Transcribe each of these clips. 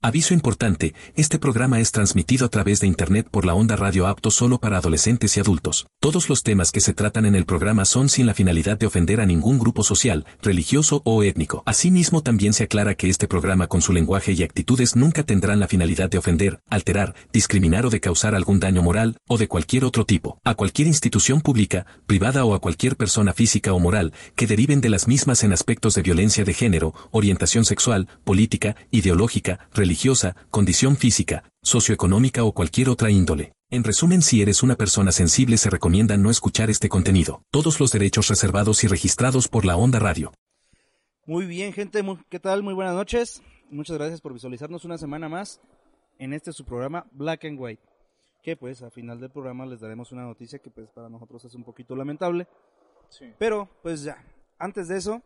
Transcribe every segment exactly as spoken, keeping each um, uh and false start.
Aviso importante, este programa es transmitido a través de Internet por la onda radio apto solo para adolescentes y adultos. Todos los temas que se tratan en el programa son sin la finalidad de ofender a ningún grupo social, religioso o étnico. Asimismo, también se aclara que este programa con su lenguaje y actitudes nunca tendrán la finalidad de ofender, alterar, discriminar o de causar algún daño moral o de cualquier otro tipo, a cualquier institución pública, privada o a cualquier persona física o moral que deriven de las mismas en aspectos de violencia de género, orientación sexual, política, ideológica, religiosa, religiosa, condición física, socioeconómica o cualquier otra índole. En resumen, si eres una persona sensible se recomienda no escuchar este contenido. Todos los derechos reservados y registrados por la onda radio. Muy bien, gente, ¿qué tal? Muy buenas noches. Muchas gracias por visualizarnos una semana más en este su programa Black and White. Que pues al final del programa les daremos una noticia que pues para nosotros es un poquito lamentable. Sí. Pero pues ya, antes de eso,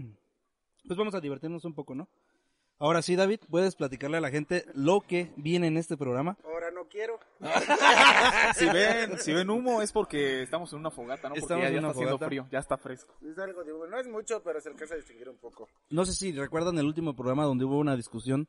pues vamos a divertirnos un poco, ¿no? Ahora sí, David, ¿puedes platicarle a la gente lo que viene en este programa? Ahora no quiero. si ven si ven humo es porque estamos en una fogata, ¿no? Porque estamos ya, ya en una está fogata. haciendo frío, ya está fresco. Es algo de humo, no es mucho, pero se alcanza a distinguir un poco. No sé si recuerdan el último programa donde hubo una discusión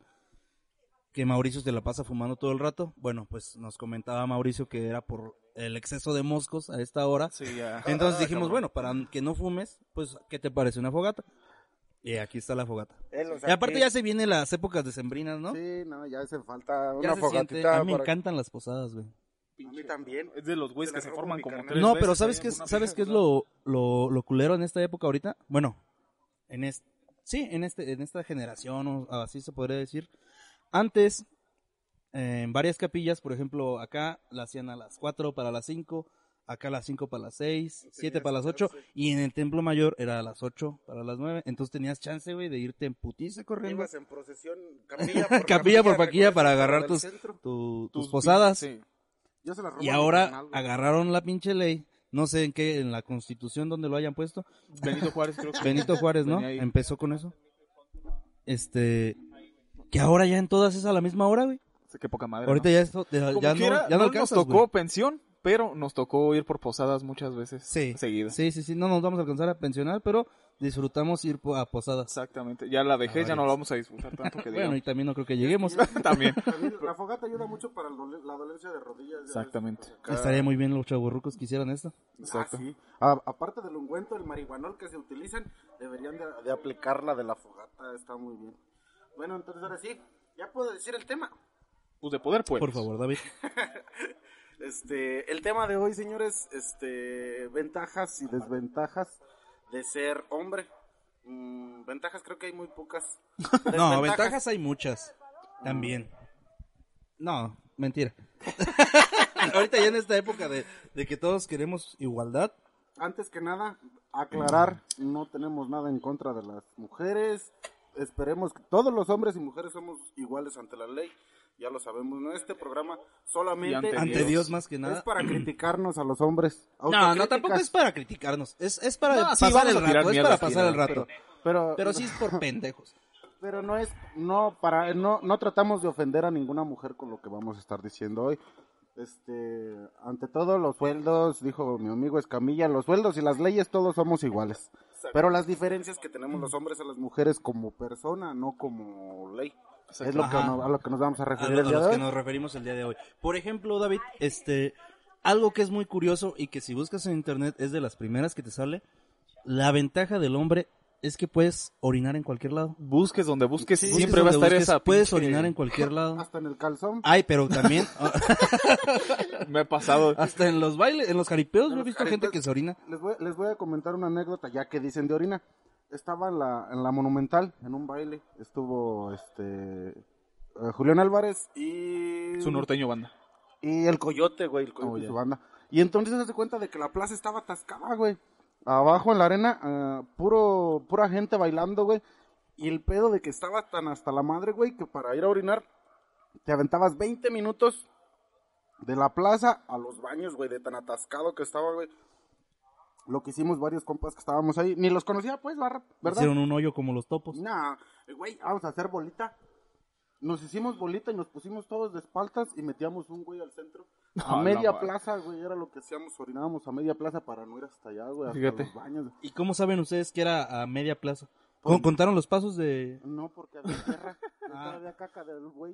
que Mauricio se la pasa fumando todo el rato. Bueno, pues nos comentaba Mauricio que era por el exceso de moscos a esta hora. Sí, ya. Entonces dijimos, bueno, para que no fumes, pues, ¿qué te parece una fogata? Y aquí está la fogata. Y aparte ya se vienen las épocas decembrinas, ¿no? Sí, no, ya hace falta una ya se fogatita. Siente. A mí me para... encantan las posadas, güey. A mí también. Es de los güeyes que se forman como tres No, veces pero ¿sabes qué es, ¿sabes qué es lo, lo, lo culero en esta época ahorita? Bueno, en este, sí, en este, en esta generación, o así se podría decir. Antes, eh, en varias capillas, por ejemplo, acá la hacían a las cuatro para las cinco, acá a las cinco para las seis, siete para las ocho, y en el templo mayor era a las ocho para las nueve, entonces tenías chance, güey, de irte en putiza corriendo. Ibas en procesión, capilla por capilla, capilla, por capilla para agarrar tus, tu, tus, tus posadas. Sí. Yo se las y ahora agarraron la pinche ley, no sé en qué, en la Constitución donde lo hayan puesto. Benito Juárez creo que. Benito Juárez, ¿no? Empezó con eso. Este, que ahora ya en todas es a la misma hora, güey. Qué poca madre. Ahorita ¿no? ya, esto, ya, Como ya quiera, no, ya no, no alcanzas, nos tocó güey. pensión, pero nos tocó ir por posadas muchas veces sí, seguidas. Sí, sí, sí, no nos vamos a alcanzar a pensionar, pero disfrutamos ir a posadas. Exactamente, ya la vejez ya no la vamos a disfrutar tanto que bueno, y también no creo que lleguemos. también. La fogata ayuda mucho para la dolencia de rodillas. Exactamente. Acá... Estaría muy bien los chavorrucos que hicieran esto. Exacto. Ah, sí. A, aparte del ungüento, el marihuanol que se utilizan, deberían de, de aplicar la de la fogata, está muy bien. Bueno, entonces ahora sí, ya puedo decir el tema. Pues de poder, pues. Por favor, David. Este, el tema de hoy, señores, este, ventajas y desventajas de ser hombre. Mm, ventajas creo que hay muy pocas. No, ventajas hay muchas. También. No, mentira. Ahorita ya en esta época de, de que todos queremos igualdad. Antes que nada, aclarar, no tenemos nada en contra de las mujeres. Esperemos que todos los hombres y mujeres somos iguales ante la ley. Ya lo sabemos, ¿no? Este programa solamente ante, ante Dios, Dios más que nada es para criticarnos a los hombres. No, no, tampoco es para criticarnos. Es, es para no, pasar sí, el rato, es para pasar el rato. Pero, pero, pero sí es por pendejos. Pero no es, no, para, no, no tratamos de ofender a ninguna mujer con lo que vamos a estar diciendo hoy. Este, ante todo los sueldos, dijo mi amigo Escamilla, los sueldos y las leyes todos somos iguales. Pero las diferencias que tenemos los hombres a las mujeres como persona, no como ley. Es lo que nos, a lo que nos vamos a referir a, el día a los de que hoy. nos referimos el día de hoy. Por ejemplo, David, este, algo que es muy curioso y que si buscas en internet es de las primeras que te sale, la ventaja del hombre es que puedes orinar en cualquier lado. Busques donde busques, sí, siempre va a estar busques, esa puedes pinche... orinar en cualquier lado. Hasta en el calzón. Ay, pero también me ha pasado. Hasta en los bailes, en los jaripeos, yo he visto gente que se orina. Les voy, les voy a comentar una anécdota, ya que dicen de orina. Estaba en la, en la Monumental, en un baile, estuvo este uh, Julián Álvarez y... Su norteño banda. Y el Coyote, güey, el Coyote oh, y su banda. Y entonces se hace cuenta de que la plaza estaba atascada, güey. Abajo en la arena, uh, puro pura gente bailando, güey. Y el pedo de que estaba tan hasta la madre, güey, que para ir a orinar te aventabas veinte minutos de la plaza a los baños, güey, de tan atascado que estaba, güey. Lo que hicimos varios compas que estábamos ahí, ni los conocía, pues, ¿verdad? Hicieron un hoyo como los topos. Nah, güey, vamos a hacer bolita. Nos hicimos bolita y nos pusimos todos de espaldas y metíamos un güey al centro. A no, media no, plaza, güey, era lo que hacíamos, orinábamos a media plaza para no ir hasta allá, güey, hasta Fíjate. los baños. ¿Y cómo saben ustedes que era a media plaza? ¿Cómo contaron los pasos de...? No, porque había tierra. Ah. Había caca del güey.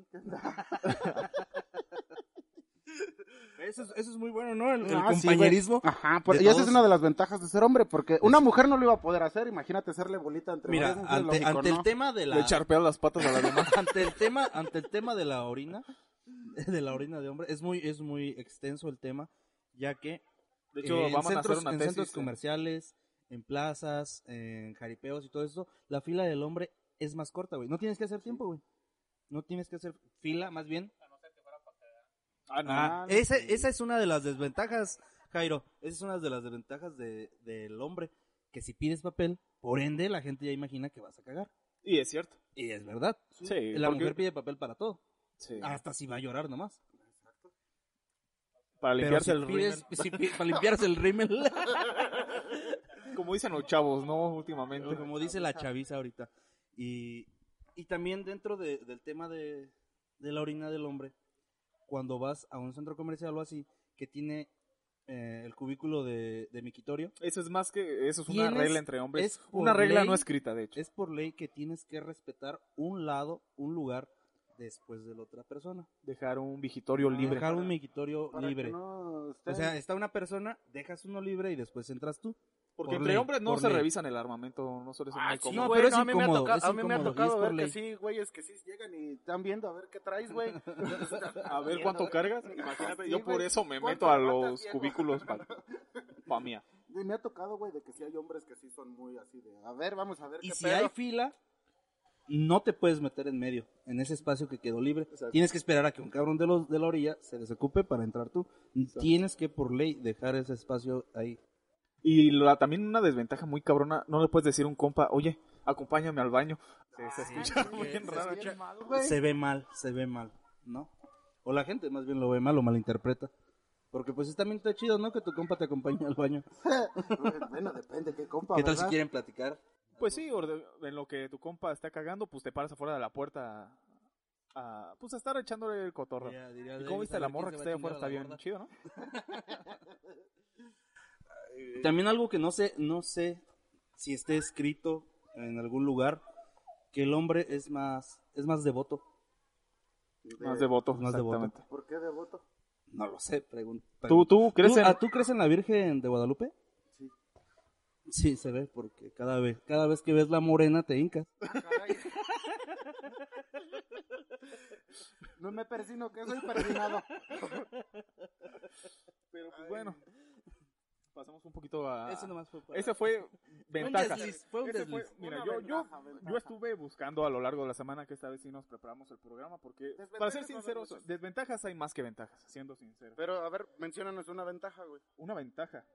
Eso es, eso es muy bueno, ¿no? El, el Ah, sí, compañerismo. güey. Ajá, por- de y esa todos. es una de las ventajas de ser hombre, porque una mujer no lo iba a poder hacer. Imagínate hacerle bolita entre Mira, varias mujeres, ante, lógico, ante ¿no? el tema de la... Le charpea las patas a la demás. ante el tema ante el tema de la orina de la orina de hombre es muy es muy extenso el tema, ya que De hecho, eh, en vamos a centros, hacer una en tesis. centros eh. comerciales, en plazas, en jaripeos y todo eso, la fila del hombre es más corta, güey. No tienes que hacer tiempo, güey. No tienes que hacer fila, más bien. Ah, no. Ah, no, esa, sí. esa es una de las desventajas, Jairo. Esa es una de las desventajas de, del hombre, que si pides papel, por ende la gente ya imagina que vas a cagar. Y es cierto. Y es verdad. Sí. La porque- mujer pide papel para todo. Sí. Hasta si va a llorar nomás. Para limpiarse Pero el si pides- rímel. si pi- para limpiarse el rímel. Como dicen los chavos, ¿no? Últimamente. Como dice la chaviza ahorita. Y, y también dentro de- del tema de, de la orina del hombre, cuando vas a un centro comercial o así, que tiene eh, el cubículo de, de micitorio, Eso es más que... Eso es una Tienes- regla entre hombres. es por Una regla ley- no escrita, de hecho. es por ley que tienes que respetar un lado, un lugar después de la otra persona. Dejar un vigitorio libre. Dejar un micitorio Para que libre. no esté- O sea, está una persona, dejas uno libre y después entras tú. Porque por entre ley, hombres no por se ley. revisan el armamento. No suele ser muy Sí, cómodo. no, güey, pero es a mí me ha incómodo, tocado, es a mí me ha incómodo, y tocado es por ver ley. que sí, güeyes, que sí llegan y están viendo a ver qué traes, güey. A ver cuánto cargas. Imagínate, Sí, yo por güey. eso me ¿Cuánto meto a aguantas, los viejo? cubículos para pa mía. Y me ha tocado, güey, de que sí hay hombres que sí son muy así de, a ver, vamos a ver Y qué si pedo. hay fila, no te puedes meter en medio, en ese espacio que quedó libre. Exacto. Tienes que esperar a que un cabrón de, los, de la orilla se desocupe para entrar tú. Tienes que, por ley, dejar ese espacio ahí. Y la, también una desventaja muy cabrona, no le puedes decir a un compa, oye, acompáñame al baño. Se, se escucha Sí, bien se raro. escucha mal, güey. Se ve mal, se ve mal, ¿no? O la gente más bien lo ve mal o malinterpreta. Porque pues también está chido, ¿no? Que tu compa te acompañe al baño. Bueno, depende qué compa, ¿Qué tal si ¿verdad? quieren platicar? Pues sí, o de- en lo que tu compa está cagando, pues te paras afuera de la puerta a, a, pues a estar echándole el cotorro. Diría- diría ¿Y David, cómo viste a la ver morra quién que se está va ahí a afuera? chingar a Está la bien gorda. chido, ¿no? También algo que no sé, no sé si esté escrito en algún lugar, que el hombre es más, es más devoto. Más devoto, Más devoto. exactamente. ¿Por qué devoto? No lo sé, pregunta. ¿Tú, tú crees ¿Tú, en...? ah, ¿Tú crees en la Virgen de Guadalupe? Sí. Sí, se ve, porque cada vez, cada vez que ves la morena te hincas. Caray. No me persino, que soy persinado. Pero pues bueno, pasamos un poquito a... Eso nomás fue para- Ese fue ventaja. desliz, fue un Ese desliz. mira, Una yo, yo, ventaja, ventaja. yo estuve buscando a lo largo de la semana, que esta vez sí nos preparamos el programa, porque, para ser Desventajas no sinceros, habrá muchas. desventajas hay más que ventajas, siendo sincero. Pero, a ver, menciónanos una ventaja, güey. Una ventaja.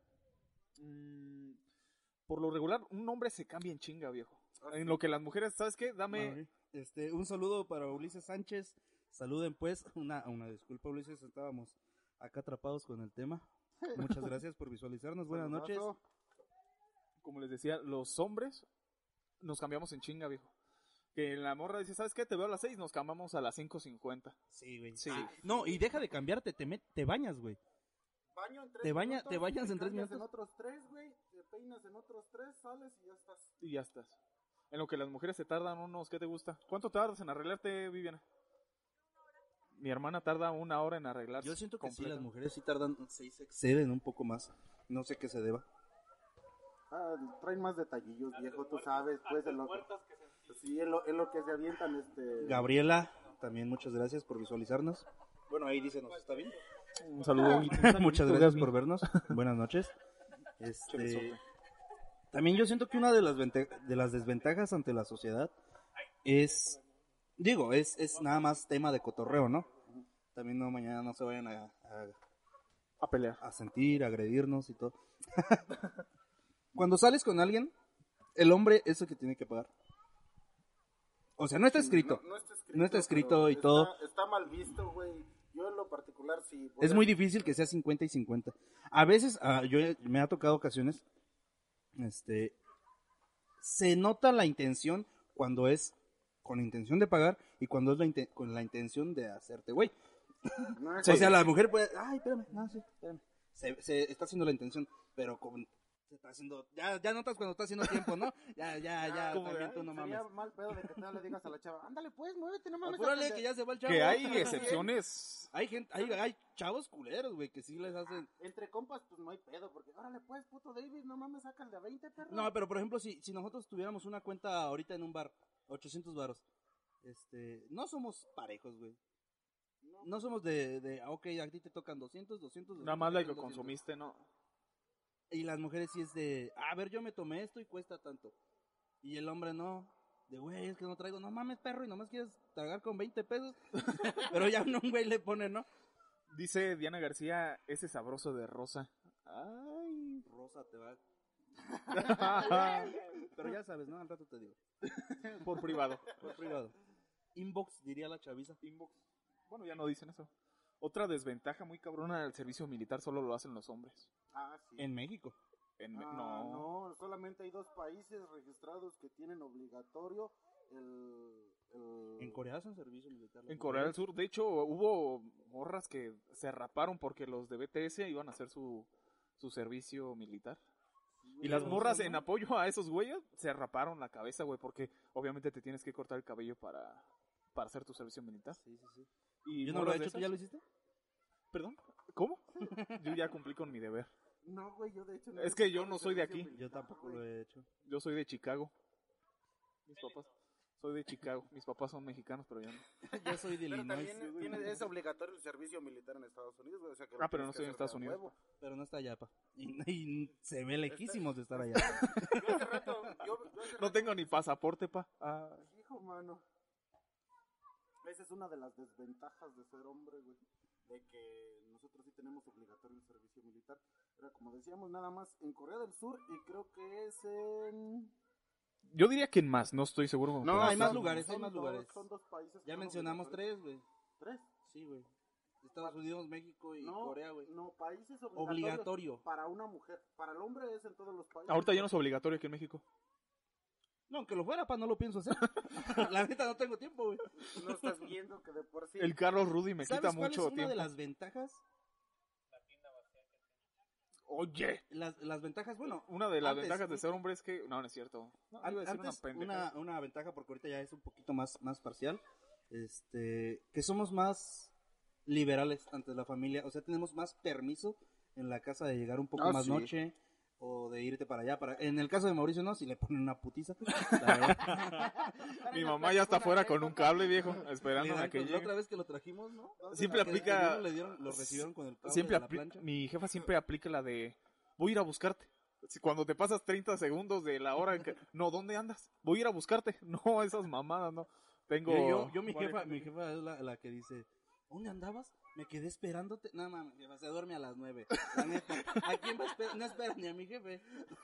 Mm, por lo regular, un hombre se cambia en chinga, viejo. En lo que las mujeres, ¿sabes qué? Dame... Este, un saludo para Ulises Sánchez. Saluden pues, una, una disculpa Ulises, estábamos acá atrapados con el tema. Muchas gracias por visualizarnos, buenas noches. Saludazo. Como les decía, los hombres nos cambiamos en chinga, viejo. Que la morra dice, ¿sabes qué? Te veo a las seis, nos cambiamos a las cinco cincuenta. Sí, güey. Sí. Ah, no, y deja de cambiarte, te, met- te bañas, güey. Baño en tres Te baña- minutos, te bañas en tres cambias minutos. en otros tres, güey. Te peinas en otros tres, sales y ya estás. Y ya estás. En lo que las mujeres se tardan unos, ¿qué te gusta? ¿Cuánto tardas en arreglarte, Viviana? Mi hermana tarda una hora en arreglarse. Yo siento que sí, completa. las mujeres sí tardan, sí se exceden un poco más. No sé qué se deba. Ah, traen más detallillos, viejo, tú sabes, pues, en lo que... Sí, en lo, en lo que se avientan, este... Gabriela, también muchas gracias por visualizarnos. Bueno, ahí dice, nos está viendo. Un saludo. Muchas gracias por vernos. Buenas noches. Este, Chorizote. también yo siento que una de las vente- de las desventajas ante la sociedad es, digo, es, es nada más tema de cotorreo, ¿no? También no mañana no se vayan a, a, A pelear. a sentir, a agredirnos y todo. Cuando sales con alguien, el hombre es el que tiene que pagar. O sea, no está escrito. No, no está escrito, No está escrito pero y todo. Está, está mal visto, güey. Yo en lo particular sí... voy Es a- muy difícil que sea cincuenta y cincuenta. A veces, ah, yo me ha tocado ocasiones, este, se nota la intención cuando es con la intención de pagar y cuando es la inten- con la intención de hacerte güey. No, O sea, la mujer puede, ay, espérame, no, sí, espérame. Se, se está haciendo la intención, pero con se está haciendo, ya, ya notas cuando está haciendo tiempo, ¿no? Ya, ya, ya, Como también tú no mames. Sería mal pedo de que tú le digas a la chava, ándale pues, muévete, no mames. Apúrale que ya se va el chavo. Que hay excepciones. Hay gente, hay, hay chavos culeros, güey, que sí les hacen... Entre compas, pues no hay pedo, porque órale pues, puto David, no mames, saca el de veinte, perro. No, pero por ejemplo, si, si nosotros tuviéramos una cuenta ahorita en un bar, ochocientos varos, este, no somos parejos, güey. No. no somos de, de, ok, a ti te tocan doscientos, doscientos, doscientos. Nada más la que doscientos. consumiste, ¿no? Y las mujeres sí es de, a ver, yo me tomé esto y cuesta tanto. Y el hombre no, de güey, es que no traigo, no mames, perro, y nomás quieres tragar con veinte pesos. Pero ya un güey le pone, ¿no? Dice Diana García, ese sabroso de Rosa. Ay, Rosa te va. Pero ya sabes, ¿no? Al rato te digo. Por privado. Por privado. Inbox, diría la chaviza. Inbox. Bueno, ya no dicen eso. Otra desventaja muy cabrona del servicio militar solo lo hacen los hombres. Ah, sí. En México. En, ah, no. no, solamente hay dos países registrados que tienen obligatorio el... el... En Corea hacen servicio militar. En Corea del Sur, de hecho, hubo morras que se raparon porque los de B T S iban a hacer su, su servicio militar. Y las morras, en apoyo a esos güeyes, se raparon la cabeza, güey, porque obviamente te tienes que cortar el cabello para, para hacer tu servicio militar. Sí, sí, sí. Y yo no lo he hecho, ¿tú ya lo hiciste? ¿Perdón? ¿Cómo? Yo ya cumplí con mi deber. No, güey, yo de hecho... No es que yo no soy de aquí. Yo tampoco lo he hecho. Yo soy de Chicago. Mis papás. Soy de Chicago. Mis papás son mexicanos, pero yo no. Yo soy de pero Illinois. También tiene, es obligatorio el servicio militar en Estados Unidos, güey. O sea, que ah, pero no estoy en Estados Unidos. Nuevo. Pero no está allá, pa. Y, y se ve lejísimos de estar allá. Yo hace rato... Yo, yo hace no rato, tengo ni pasaporte, pa. Ah. Hijo, mano. Esa es una de las desventajas de ser hombre, güey. De que nosotros sí tenemos obligatorio el servicio militar. Pero como decíamos, nada más en Corea del Sur y creo que es en... Yo diría que en más, no estoy seguro. No, hay más lugares, hay más dos, lugares. Son dos países. Ya mencionamos tres, güey. ¿Tres? Sí, güey. Estados Unidos, México y no, Corea, güey. No, países obligatorio. Para una mujer. Para el hombre es en todos los países. Ahorita ya no es obligatorio aquí en México. No, aunque lo fuera, pa, no lo pienso hacer. La neta, no tengo tiempo, güey. No estás viendo que de por sí... El Carlos Rudy me quita mucho tiempo. ¿Sabes cuál es una de las ventajas? Oye. Las, las ventajas, bueno. Una de las antes, ventajas de ser hombre es que... No, no es cierto. No, an, antes, una, una, una ventaja, porque ahorita ya es un poquito más, más parcial, este, que somos más liberales ante la familia. O sea, tenemos más permiso en la casa de llegar un poco ah, más sí. noche. O de irte para allá. para En el caso de Mauricio, no, si le ponen una putiza. Mi mamá ya está afuera con un cable, viejo, esperando a que llegue. La otra vez que lo trajimos, ¿no? Siempre aplica... Le dieron, lo recibieron con el cable siempre de la apli... plancha. Mi jefa siempre aplica la de... Voy a ir a buscarte. Cuando te pasas treinta segundos de la hora en que... No, ¿dónde andas? Voy a ir a buscarte. No, esas mamadas, no. Tengo... Yo, yo, yo mi jefa mi jefa es la, la que dice... ¿Dónde andabas? Me quedé esperándote. No, mames, jefa, se duerme a las nueve. La neta. ¿A quién va a esperar? No espera ni a mi jefe.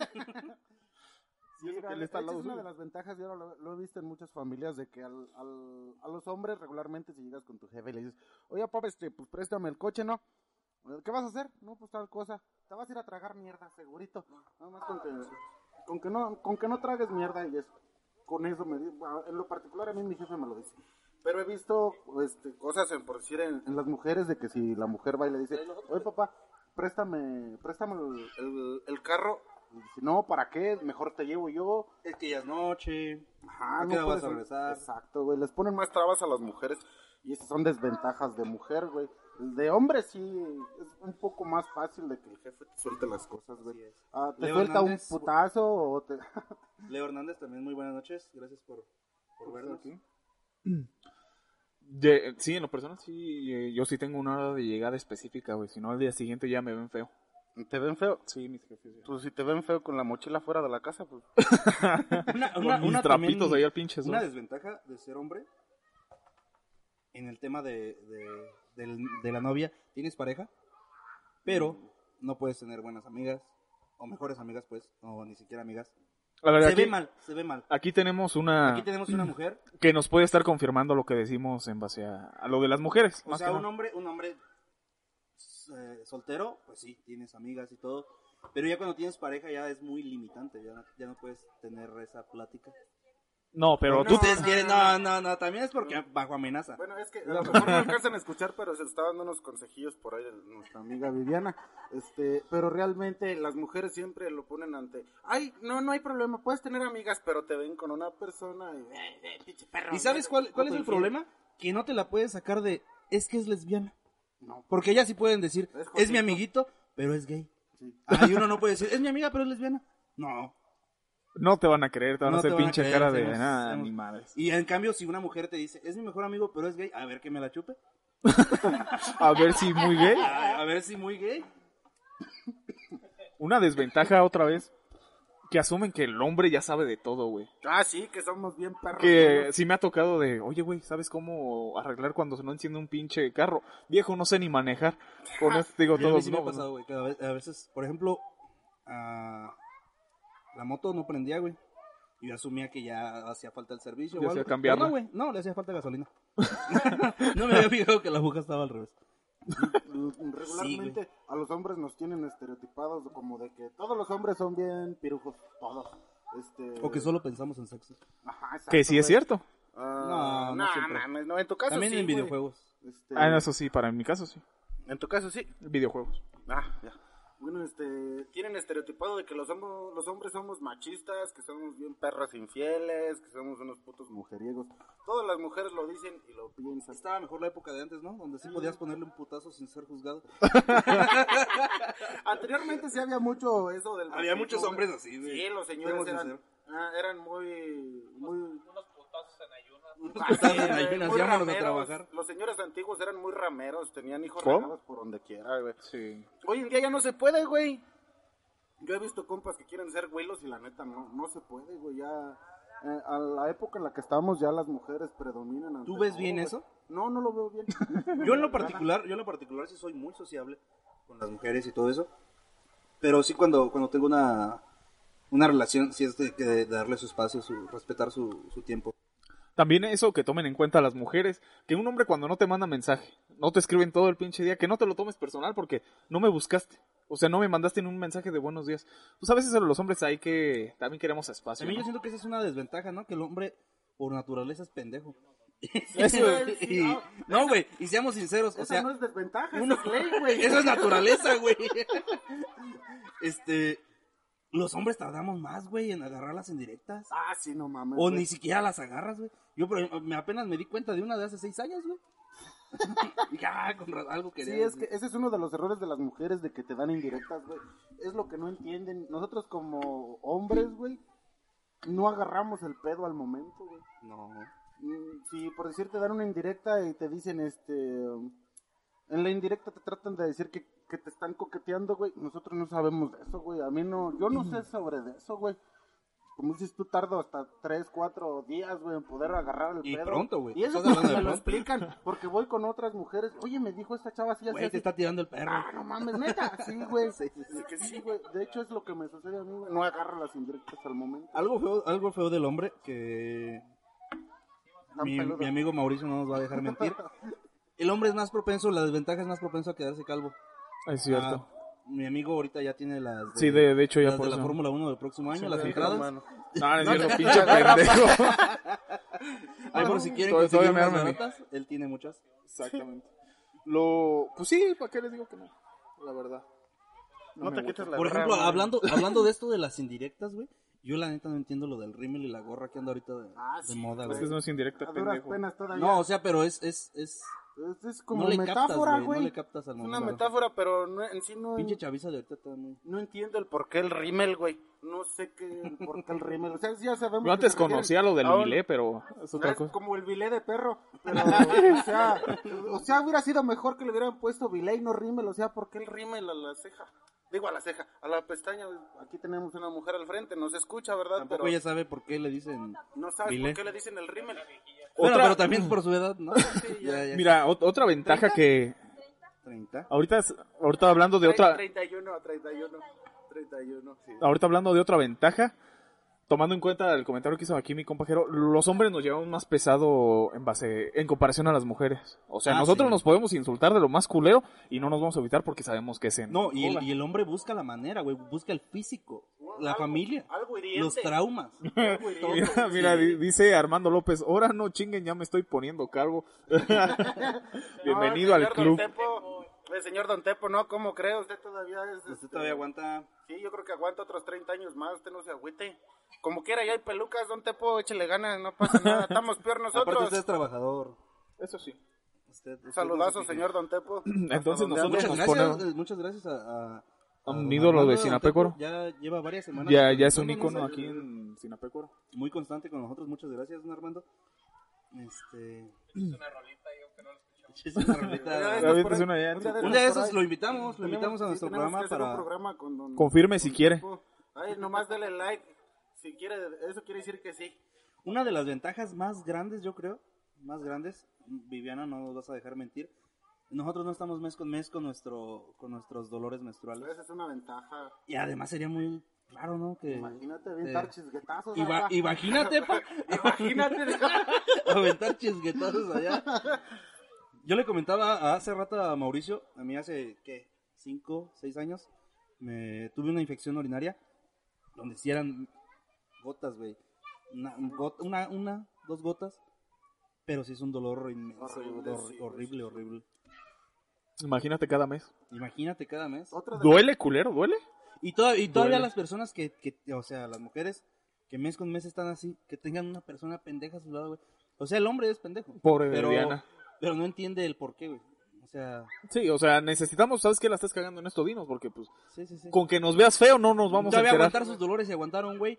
Sí, mira, esta es una suyo. de las ventajas, yo lo, lo he visto en muchas familias, de que al, al, a los hombres regularmente si llegas con tu jefe y le dices, oye, papá, este, pues préstame el coche, ¿no? ¿Qué vas a hacer? No, pues tal cosa. Te vas a ir a tragar mierda, segurito. Nada más con que, con que, no, con que no tragues mierda y eso. Con eso, me, en lo particular a mí mi jefe me lo dice. Pero he visto este, cosas, en, por decir, en, en las mujeres, de que si la mujer va y le dice, oye papá, préstame, préstame el, el, el carro. Y dice, no, ¿para qué? Mejor te llevo yo. Es que ya es noche. Ajá, no, no vas a regresar. Exacto, güey, les ponen más trabas a las mujeres. Y esas son desventajas de mujer, güey. El de hombre sí es un poco más fácil de que el jefe te suelte las cosas, güey. Ah, te Leo suelta Hernández, un putazo o te... Leo Hernández también, muy buenas noches. Gracias por, por vernos. Aquí. De, sí, en lo personal sí, eh, yo sí tengo una hora de llegada específica, güey, si no al día siguiente ya me ven feo. ¿Te ven feo? Sí, mis jefes. Ya. Pues si te ven feo con la mochila fuera de la casa, pues... una, con una, mis una trapitos también, ahí al pinche sol. Una desventaja de ser hombre en el tema de, de, de, de la novia, tienes pareja, pero no puedes tener buenas amigas, o mejores amigas, pues, o ni siquiera amigas. A ver, se aquí, ve mal, se ve mal. Aquí tenemos una... Aquí tenemos una mujer... que nos puede estar confirmando lo que decimos en base a, a lo de las mujeres. O sea, un hombre, un hombre eh, soltero, pues sí, tienes amigas y todo, pero ya cuando tienes pareja ya es muy limitante, ya, ya no puedes tener esa plática. No, pero No, tú... ustedes quieren, no, no, no, también es porque bajo amenaza. Bueno, es que a lo mejor no alcanzan a escuchar, pero se está dando unos consejillos por ahí de nuestra amiga Viviana. Este, pero realmente las mujeres siempre lo ponen ante, ay, no, no hay problema, puedes tener amigas, pero te ven con una persona y, eh, eh, pinche perro. ¿Y sabes cuál, cuál es el problema? Que no te la puedes sacar de, es que es lesbiana. No. Porque ellas sí pueden decir, es, es mi amiguito, pero es gay. Sí. Ah, y uno no puede decir, es mi amiga, pero es lesbiana. No. No te van a creer, te van no a hacer pinche creer, cara hacemos, de nada, hacemos. ni madres. Y en cambio, si una mujer te dice, es mi mejor amigo, pero es gay, a ver que me la chupe. A ver si muy gay. A, a ver si muy gay. Una desventaja otra vez, que asumen que el hombre ya sabe de todo, güey. Ah, sí, que somos bien perros. Que ¿no? sí me ha tocado de, oye, güey, ¿sabes cómo arreglar cuando no enciende un pinche carro? Viejo, no sé ni manejar. Con esto digo Y a mí todos, sí no. me ha pasado, güey, cada vez, a veces, por ejemplo, uh, la moto no prendía, güey. Y yo asumía que ya hacía falta el servicio. Ya o hacía algo. cambiarla. No, güey, no, le hacía falta gasolina. No me había fijado que la aguja estaba al revés. Regularmente sí, a los hombres nos tienen estereotipados como de que todos los hombres son bien pirujos, todos. Este... O que solo pensamos en sexo. Ajá, exacto, que sí es cierto. Uh, no, no, no, no, en tu caso también sí, en videojuegos. Este... Ah, no, eso sí, para en mi caso sí. En tu caso sí. Videojuegos. Ah, ya. Bueno, este, tienen estereotipado de que los, hombres, los hombres somos machistas, que somos bien perras infieles, que somos unos putos mujeriegos. Todas las mujeres lo dicen y lo piensan. Estaba mejor la época de antes, ¿no? Donde sí, sí. podías ponerle un putazo sin ser juzgado. Anteriormente sí había mucho eso del... Había muchos hombres así, güey. Sí, los señores eran, ah, eran muy... muy... unos putazos en ayunas. Putazos en ayunas, muy vámonos rameros. a trabajar. Los señores antiguos eran muy rameros, tenían hijos ¿Cómo? regados por donde quiera, güey. Sí. Hoy en día ya no se puede, güey. Yo he visto compas que quieren ser güeylos y la neta no, no se puede, güey, ya... Eh, a la época en la que estamos ya las mujeres predominan. ¿Tú ves todo, bien güey. eso? No, no lo veo bien. Yo en lo particular, yo en lo particular sí soy muy sociable con las mujeres y todo eso. Pero sí cuando, cuando tengo una, una relación, sí es de, de, de darle su espacio, su, respetar su, su tiempo. También eso que tomen en cuenta las mujeres, que un hombre cuando no te manda mensaje, no te escriben todo el pinche día, que no te lo tomes personal porque no me buscaste. O sea, no me mandaste en un mensaje de buenos días. Pues a veces a los hombres hay que... También queremos espacio. A mí ¿no? yo siento que esa es una desventaja, ¿no? Que el hombre, por naturaleza, es pendejo. Eso es, y, no. no, güey, y seamos sinceros, o Esa sea... no es desventaja, uno, eso es ley, güey. Eso es naturaleza, güey. Este... Los hombres tardamos más, güey, en agarrarlas en directas. Ah, sí, no mames. O güey. ni siquiera las agarras, güey. Yo por ejemplo, me apenas me di cuenta de una de hace seis años, güey. Y ya, con ra- algo quería. Sí, es que ese es uno de los errores de las mujeres de que te dan indirectas, güey. Es lo que no entienden. Nosotros como hombres, güey, no agarramos el pedo al momento, güey. No. Mm, Si por decirte dan una indirecta y te dicen, este... um, en la indirecta te tratan de decir que, que te están coqueteando, güey. Nosotros no sabemos de eso, güey. A mí no... Yo no sé sobre de eso, güey. Como dices tú, tardo hasta tres, cuatro días, güey, en poder agarrar el Y pedo. pronto, güey. Y eso Estás hablando me de lo pronto. explican, porque voy con otras mujeres. Oye, me dijo esta chava así, así, Güey, te así. está tirando el perro. Ah, no mames, neta. Sí, güey. Sí, que sí, güey. De hecho, es lo que me sucede a mí, güey. No agarro las indirectas al momento. Algo feo, algo feo del hombre que... Tan Mi, peludo. mi amigo Mauricio no nos va a dejar mentir. El hombre es más propenso, la desventaja es más propenso a quedarse calvo. Es cierto. Ah, mi amigo ahorita ya tiene las de, Sí, de, de hecho ya las por de la eso. Fórmula uno del próximo año, Sí, las sí, entradas. hermano. No, no es cierto, pinche pendejo. Ay, por si quieren Todavía- conseguir todavía me unas arman a mí. baratas, él tiene muchas. Exactamente. Lo... Pues sí, ¿para qué les digo que no? La verdad. No te quites la Por gorra, ejemplo, güey. hablando hablando de esto de las indirectas, güey, yo la neta no entiendo lo del rímel y la gorra que anda ahorita de, Ah, de sí, moda, Es güey. que no es indirecta, A duras pendejo. penas todavía. No, o sea, pero es es es Es, es como no le metáfora, captas, güey. No le captas al Es momento. una metáfora, pero no, en sí no... Pinche chaviza de ahorita está muy... No entiendo el por qué el rímel, güey. No sé qué, el por qué el rímel. O sea, ya sabemos. Yo antes que se refiere conocía lo del a un- bilé, pero es otra Es cosa. como el bilé de perro. Pero, o sea, o sea, hubiera sido mejor que le hubieran puesto bilé y no rímel. O sea, ¿por qué el rímel a la ceja? Digo, a la ceja, a la pestaña. Aquí tenemos una mujer al frente, no se escucha, ¿verdad? Tampoco Pero ella sabe por qué le dicen... no sabes bilé. por qué le dicen el rímel. Bueno, Otra- pero también por su edad, ¿no? Ya, ya. Mira, ot- otra ventaja que... treinta. Ahorita, es- ahorita hablando de otra... treinta y uno, treinta y uno, treinta y uno, sí. Ahorita hablando de otra ventaja, tomando en cuenta el comentario que hizo aquí mi compañero, los hombres nos llevamos más pesado en base, en comparación a las mujeres. O sea, Ah, nosotros sí. nos podemos insultar de lo más culero y no nos vamos a evitar porque sabemos que es en No, y el, joda. y el hombre busca la manera, güey, busca el físico. la algo, familia, algo hiriente. los traumas. Algo hiriente. Mira, mira, di- dice Armando López, ahora no chinguen, ya me estoy poniendo calvo. Bienvenido No, al señor club. Don Tepo, el señor Don Tepo, no, ¿cómo cree? Usted todavía es... Usted este, todavía aguanta. Sí, yo creo que aguanta otros treinta años más, usted no se agüite. Como quiera, ya hay pelucas, Don Tepo, échele ganas, no pasa nada, estamos peor Aparte nosotros. usted es trabajador. Eso sí. Usted, usted Un saludazo, no se queje. señor Don Tepo. Entonces Hasta donde nosotros ande. Muchas nos gracias, ponemos- eh, muchas gracias a, a, A un don ídolo de Armando Sinapecuaro. Don Tepo. Ya lleva varias semanas. Ya, ya es un acompañándonos, ícono aquí en Sinapecuaro. Muy constante con nosotros, muchas gracias, don Armando. Este... Es una rolita, yo que no lo escuchamos. Es una rolita. David, es una ya- Un día Un día de por esos ahí. lo invitamos, lo Tenemos- invitamos a sí, nuestro tenemos programa que hacer un para... programa con don- Confirme si don quiere. Tepo. Ay, nomás dele like. Si quiere, eso quiere decir que sí. Una de las ventajas más grandes, yo creo, más grandes, Viviana, no nos vas a dejar mentir, nosotros no estamos mes con mes con nuestro con nuestros dolores menstruales. Esa es una ventaja. Y además sería muy raro, ¿no? Que Imagínate eh, aventar chisguetazos. iba- acá. imagínate, pa, Imagínate. aventar chisguetazos allá. Yo le comentaba hace rato a Mauricio, a mí hace, ¿qué? Cinco, seis años, me tuve una infección urinaria donde sí eran gotas, güey. Una, un got- una, una, dos gotas, pero sí es un dolor inmenso, Horrible, hor- sí, horrible, horrible. Imagínate cada mes. Imagínate cada mes. Otra de ¿Duele, culero? ¿Duele? Y, toda- y todavía Duele. las personas que, que, o sea, las mujeres que mes con mes están así, que tengan una persona pendeja a su lado, güey. O sea, el hombre es pendejo. Pobre pero, Viviana. pero no entiende el por qué, güey. O sea, Sí, o sea, necesitamos, ¿sabes qué? La estás cagando en esto, dinos, porque pues, sí, sí, sí. con que nos veas feo no nos vamos a Todavía enterar. aguantar sus dolores y aguantar a un güey.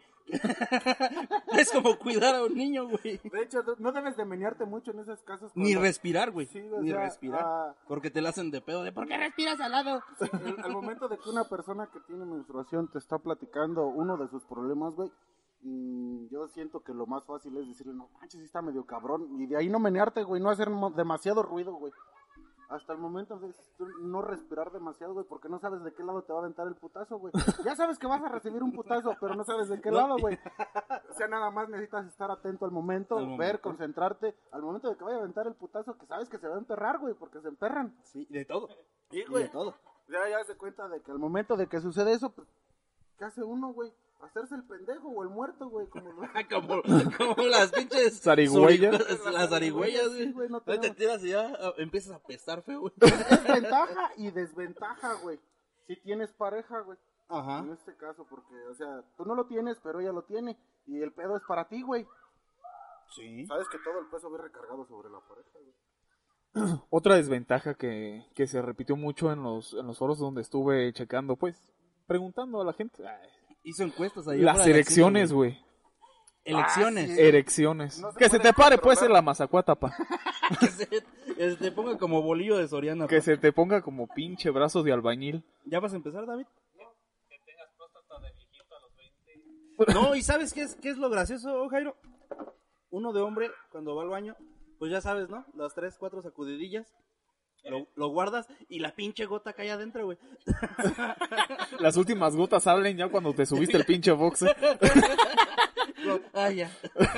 Es como cuidar a un niño, güey. De hecho, no debes de menearte mucho en esos casos. Ni cuando- respirar, güey. Sí, o Ni sea, respirar. ah, Porque te la hacen de pedo de ¿por qué respiras al lado? sí, el- al momento de que una persona que tiene menstruación te está platicando uno de sus problemas, güey, mm, yo siento que lo más fácil es decirle, no manches, sí está medio cabrón. Y de ahí no menearte, güey, no hacer mo- demasiado ruido, güey. Hasta el momento de no respirar demasiado, güey, porque no sabes de qué lado te va a aventar el putazo, güey. Ya sabes que vas a recibir un putazo, pero no sabes de qué No. lado, güey. O sea, nada más necesitas estar atento al momento, Al momento. ver, concentrarte. Al momento de que vaya a aventar el putazo, que sabes que se va a emperrar, güey, porque se emperran. Sí, de todo. Sí, Y de todo. Ya, ya se cuenta de que al momento de que sucede eso, pues, ¿qué hace uno, güey? Hacerse el pendejo o el muerto, güey, como lo... como, como las pinches Zarigüeyas. zori- Las zarigüeyas, Sí, güey. güey, no Ahí te tenemos- tiras y ya ah, empiezas a pestar feo, güey. Es ventaja y desventaja, güey. Si tienes pareja, güey. Ajá. En este caso, porque, o sea, tú no lo tienes, pero ella lo tiene. Y el pedo es para ti, güey. Sí. Sabes que todo el peso ve recargado sobre la pareja, güey. Otra desventaja que, que se repitió mucho en los, en los foros donde estuve checando, pues, preguntando a la gente. Ay, Hizo encuestas ahí. las erecciones, güey. Elecciones. Ah, sí. Erecciones. No se que se puede te pare, pues, controlar. en la mazacuata, pa. Que se, que se te ponga como bolillo de Soriana. Que pa. se te ponga como pinche brazo de albañil. ¿Ya vas a empezar, David? No, y ¿sabes qué es, qué es lo gracioso, Jairo? Uno de hombre, cuando va al baño, pues ya sabes, ¿no? Las tres, cuatro sacudidillas. Lo, lo guardas y la pinche gota cae adentro, güey. Las últimas gotas salen ya cuando te subiste el pinche boxe. Ah, ya.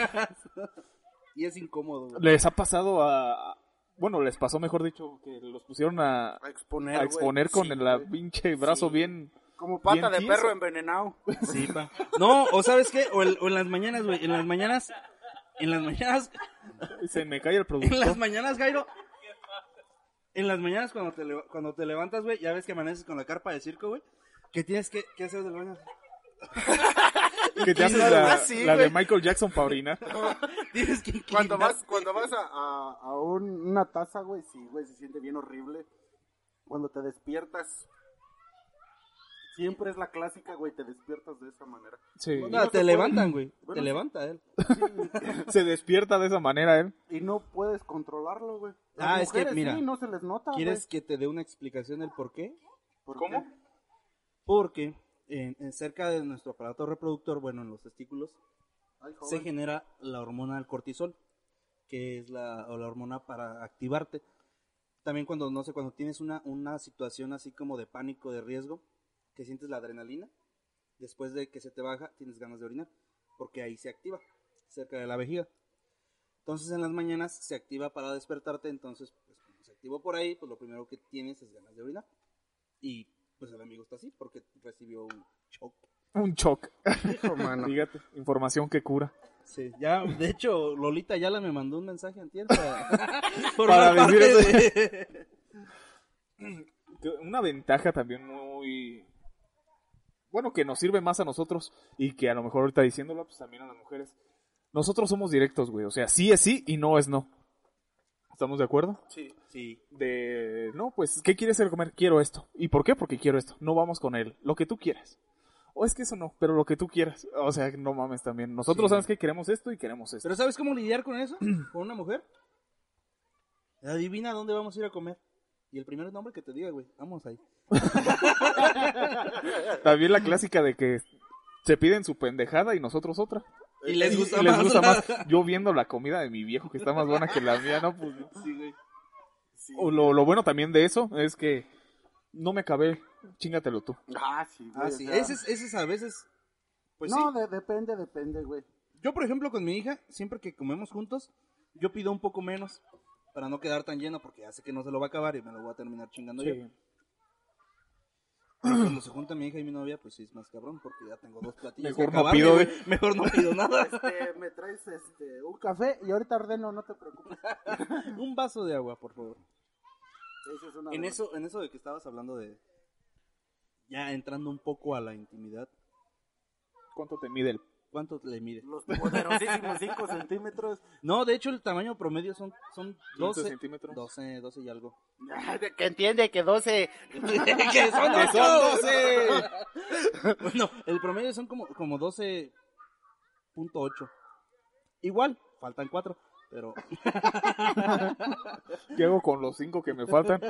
Y es incómodo, güey. Les ha pasado a... Bueno, les pasó, mejor dicho, que los pusieron a, A exponer, a exponer güey. con Sí, el güey. pinche brazo Sí. bien... Como pata bien de tieso. perro envenenado. Sí, pa. No, o ¿sabes qué? O, el- o en las mañanas, güey. En las mañanas... En las mañanas... Se me cae el En las productor. mañanas, Jairo. En las mañanas cuando te, leva- cuando te levantas, güey, ya ves que amaneces con la carpa de circo, güey. Que tienes que, que hacer del baño. Que te haces Ah, la, sí, la de güey. Michael Jackson para orinar. Tienes que Cuando inclinar. vas, cuando vas a, a, a un- una taza, güey, sí, güey, se siente bien horrible. Cuando te despiertas, siempre es la clásica, güey, te despiertas de esa manera. Sí. No, no se te puede. levantan, güey. Bueno, te sí. levanta él. Se despierta de esa manera él. Y no puedes controlarlo, güey. Las Ah, es que, mujeres, mira, sí, no se les nota, ¿Quieres güey. que te dé una explicación del por qué? ¿Por ¿Cómo? qué? Porque en, en cerca de nuestro aparato reproductor, bueno, en los testículos, Ay, joven. se genera la hormona del cortisol, que es la, o la hormona para activarte. También cuando, no sé, cuando tienes una, una situación así como de pánico, de riesgo, que sientes la adrenalina, después de que se te baja, tienes ganas de orinar, porque ahí se activa, cerca de la vejiga. Entonces en las mañanas se activa para despertarte, entonces pues como se activó por ahí, pues lo primero que tienes es ganas de orinar. Y pues el amigo está así, porque recibió un shock. Un shock. Hijo, mano. Fíjate, información que cura. Sí, ya, de hecho, Lolita Ayala me mandó un mensaje antier para, para decir eso. de... Una ventaja también muy... Bueno, que nos sirve más a nosotros y que a lo mejor ahorita diciéndolo, pues también a las mujeres. Nosotros somos directos, güey. O sea, sí es sí y no es no. ¿Estamos de acuerdo? Sí, sí. De, no, pues, ¿qué quieres hacer comer? Quiero esto. ¿Y por qué? Porque quiero esto. No vamos con él. Lo que tú quieras. O es que eso no, pero lo que tú quieras. O sea, no mames también. Nosotros sí. Sabes que queremos esto y queremos esto. ¿Pero sabes cómo lidiar con eso? ¿Con una mujer? Adivina dónde vamos a ir a comer. Y el primer nombre que te diga, güey. Vamos ahí. También la clásica de que se piden su pendejada y nosotros otra. Y les gusta, y más, les gusta más. Yo viendo la comida de mi viejo que está más buena que la mía, ¿no? Pues, sí, güey. Sí, o lo, lo bueno también de eso es que no me acabé, chingatelo tú. Ah, sí, güey. Ah, sí. O sea... Ese, es, ese es a veces... Pues no, sí. de, depende, depende, güey. Yo, por ejemplo, con mi hija, siempre que comemos juntos, yo pido un poco menos para no quedar tan lleno porque ya sé que no se lo va a acabar y me lo voy a terminar chingando sí. yo. Pero cuando se junta mi hija y mi novia, pues sí es más cabrón porque ya tengo dos platillos. Mejor no pido, güey. Mejor no pido nada. Este, me traes este, un café y ahorita ordeno, no te preocupes. Un vaso de agua, por favor. Eso es una en buena. eso, en eso de que estabas hablando de... Ya entrando un poco a la intimidad. ¿Cuánto te mide el ¿Cuánto le mide? Los poderosísimos cinco centímetros. No, de hecho el tamaño promedio son, son doce centímetros. doce, doce y algo. Que entiende que doce. que son que son doce. Bueno, el promedio son como, como doce punto ocho. Igual, faltan cuatro, pero... ¿Qué hago con los cinco que me faltan?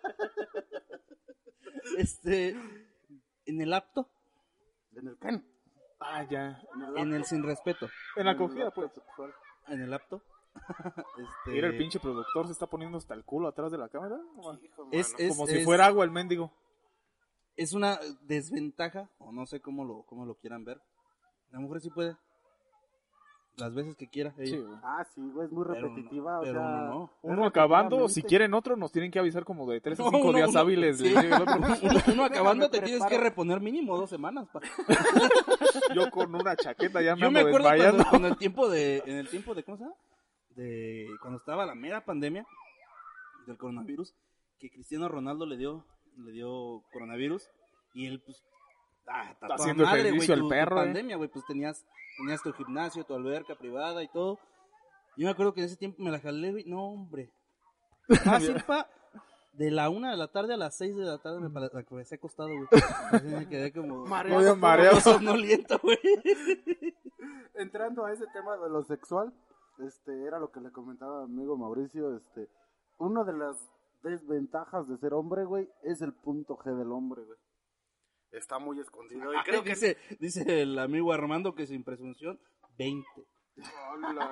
Este... En el apto. En el can. Ah, ya. En el sin respeto. En la acogida, pues. En el apto. este... Mira, el pinche productor se está poniendo hasta el culo atrás de la cámara. Hijo, es, es, Como es, si fuera agua el mendigo. Es una desventaja, o no sé cómo lo, cómo lo quieran ver. La mujer sí puede. Las veces que quiera. Sí, güey. Ah, sí, güey, es muy repetitiva. Pero, o sea, pero uno no. Uno acabando, si quieren otro, nos tienen que avisar como de tres a cinco no, días no, hábiles. Sí. De el otro. uno, uno acabando te tienes que reponer mínimo dos semanas. Pa. Yo con una chaqueta ya me Yo ando me acuerdo desmayando. cuando, cuando el tiempo de, en el tiempo de, ¿cómo se llama? De cuando estaba la mera pandemia del coronavirus, que Cristiano Ronaldo le dio, le dio coronavirus y él pues ah, está haciendo madre, ejercicio güey, el tu, perro, tu eh. pandemia, güey, pues tenías tenías tu gimnasio, tu alberca privada y todo. Yo me acuerdo que en ese tiempo me la jalé, güey, no, hombre. Fácil, pa, de la una de la tarde a las seis de la tarde me pasé acostado, güey. Así me quedé como mareado, mareado. somnoliento, güey. Entrando a ese tema de lo sexual, este, era lo que le comentaba a mi amigo Mauricio, este, una de las desventajas de ser hombre, güey, es el punto G del hombre, güey. Está muy escondido. Y creo que dice, dice el amigo Armando que sin presunción, veinte. Hola,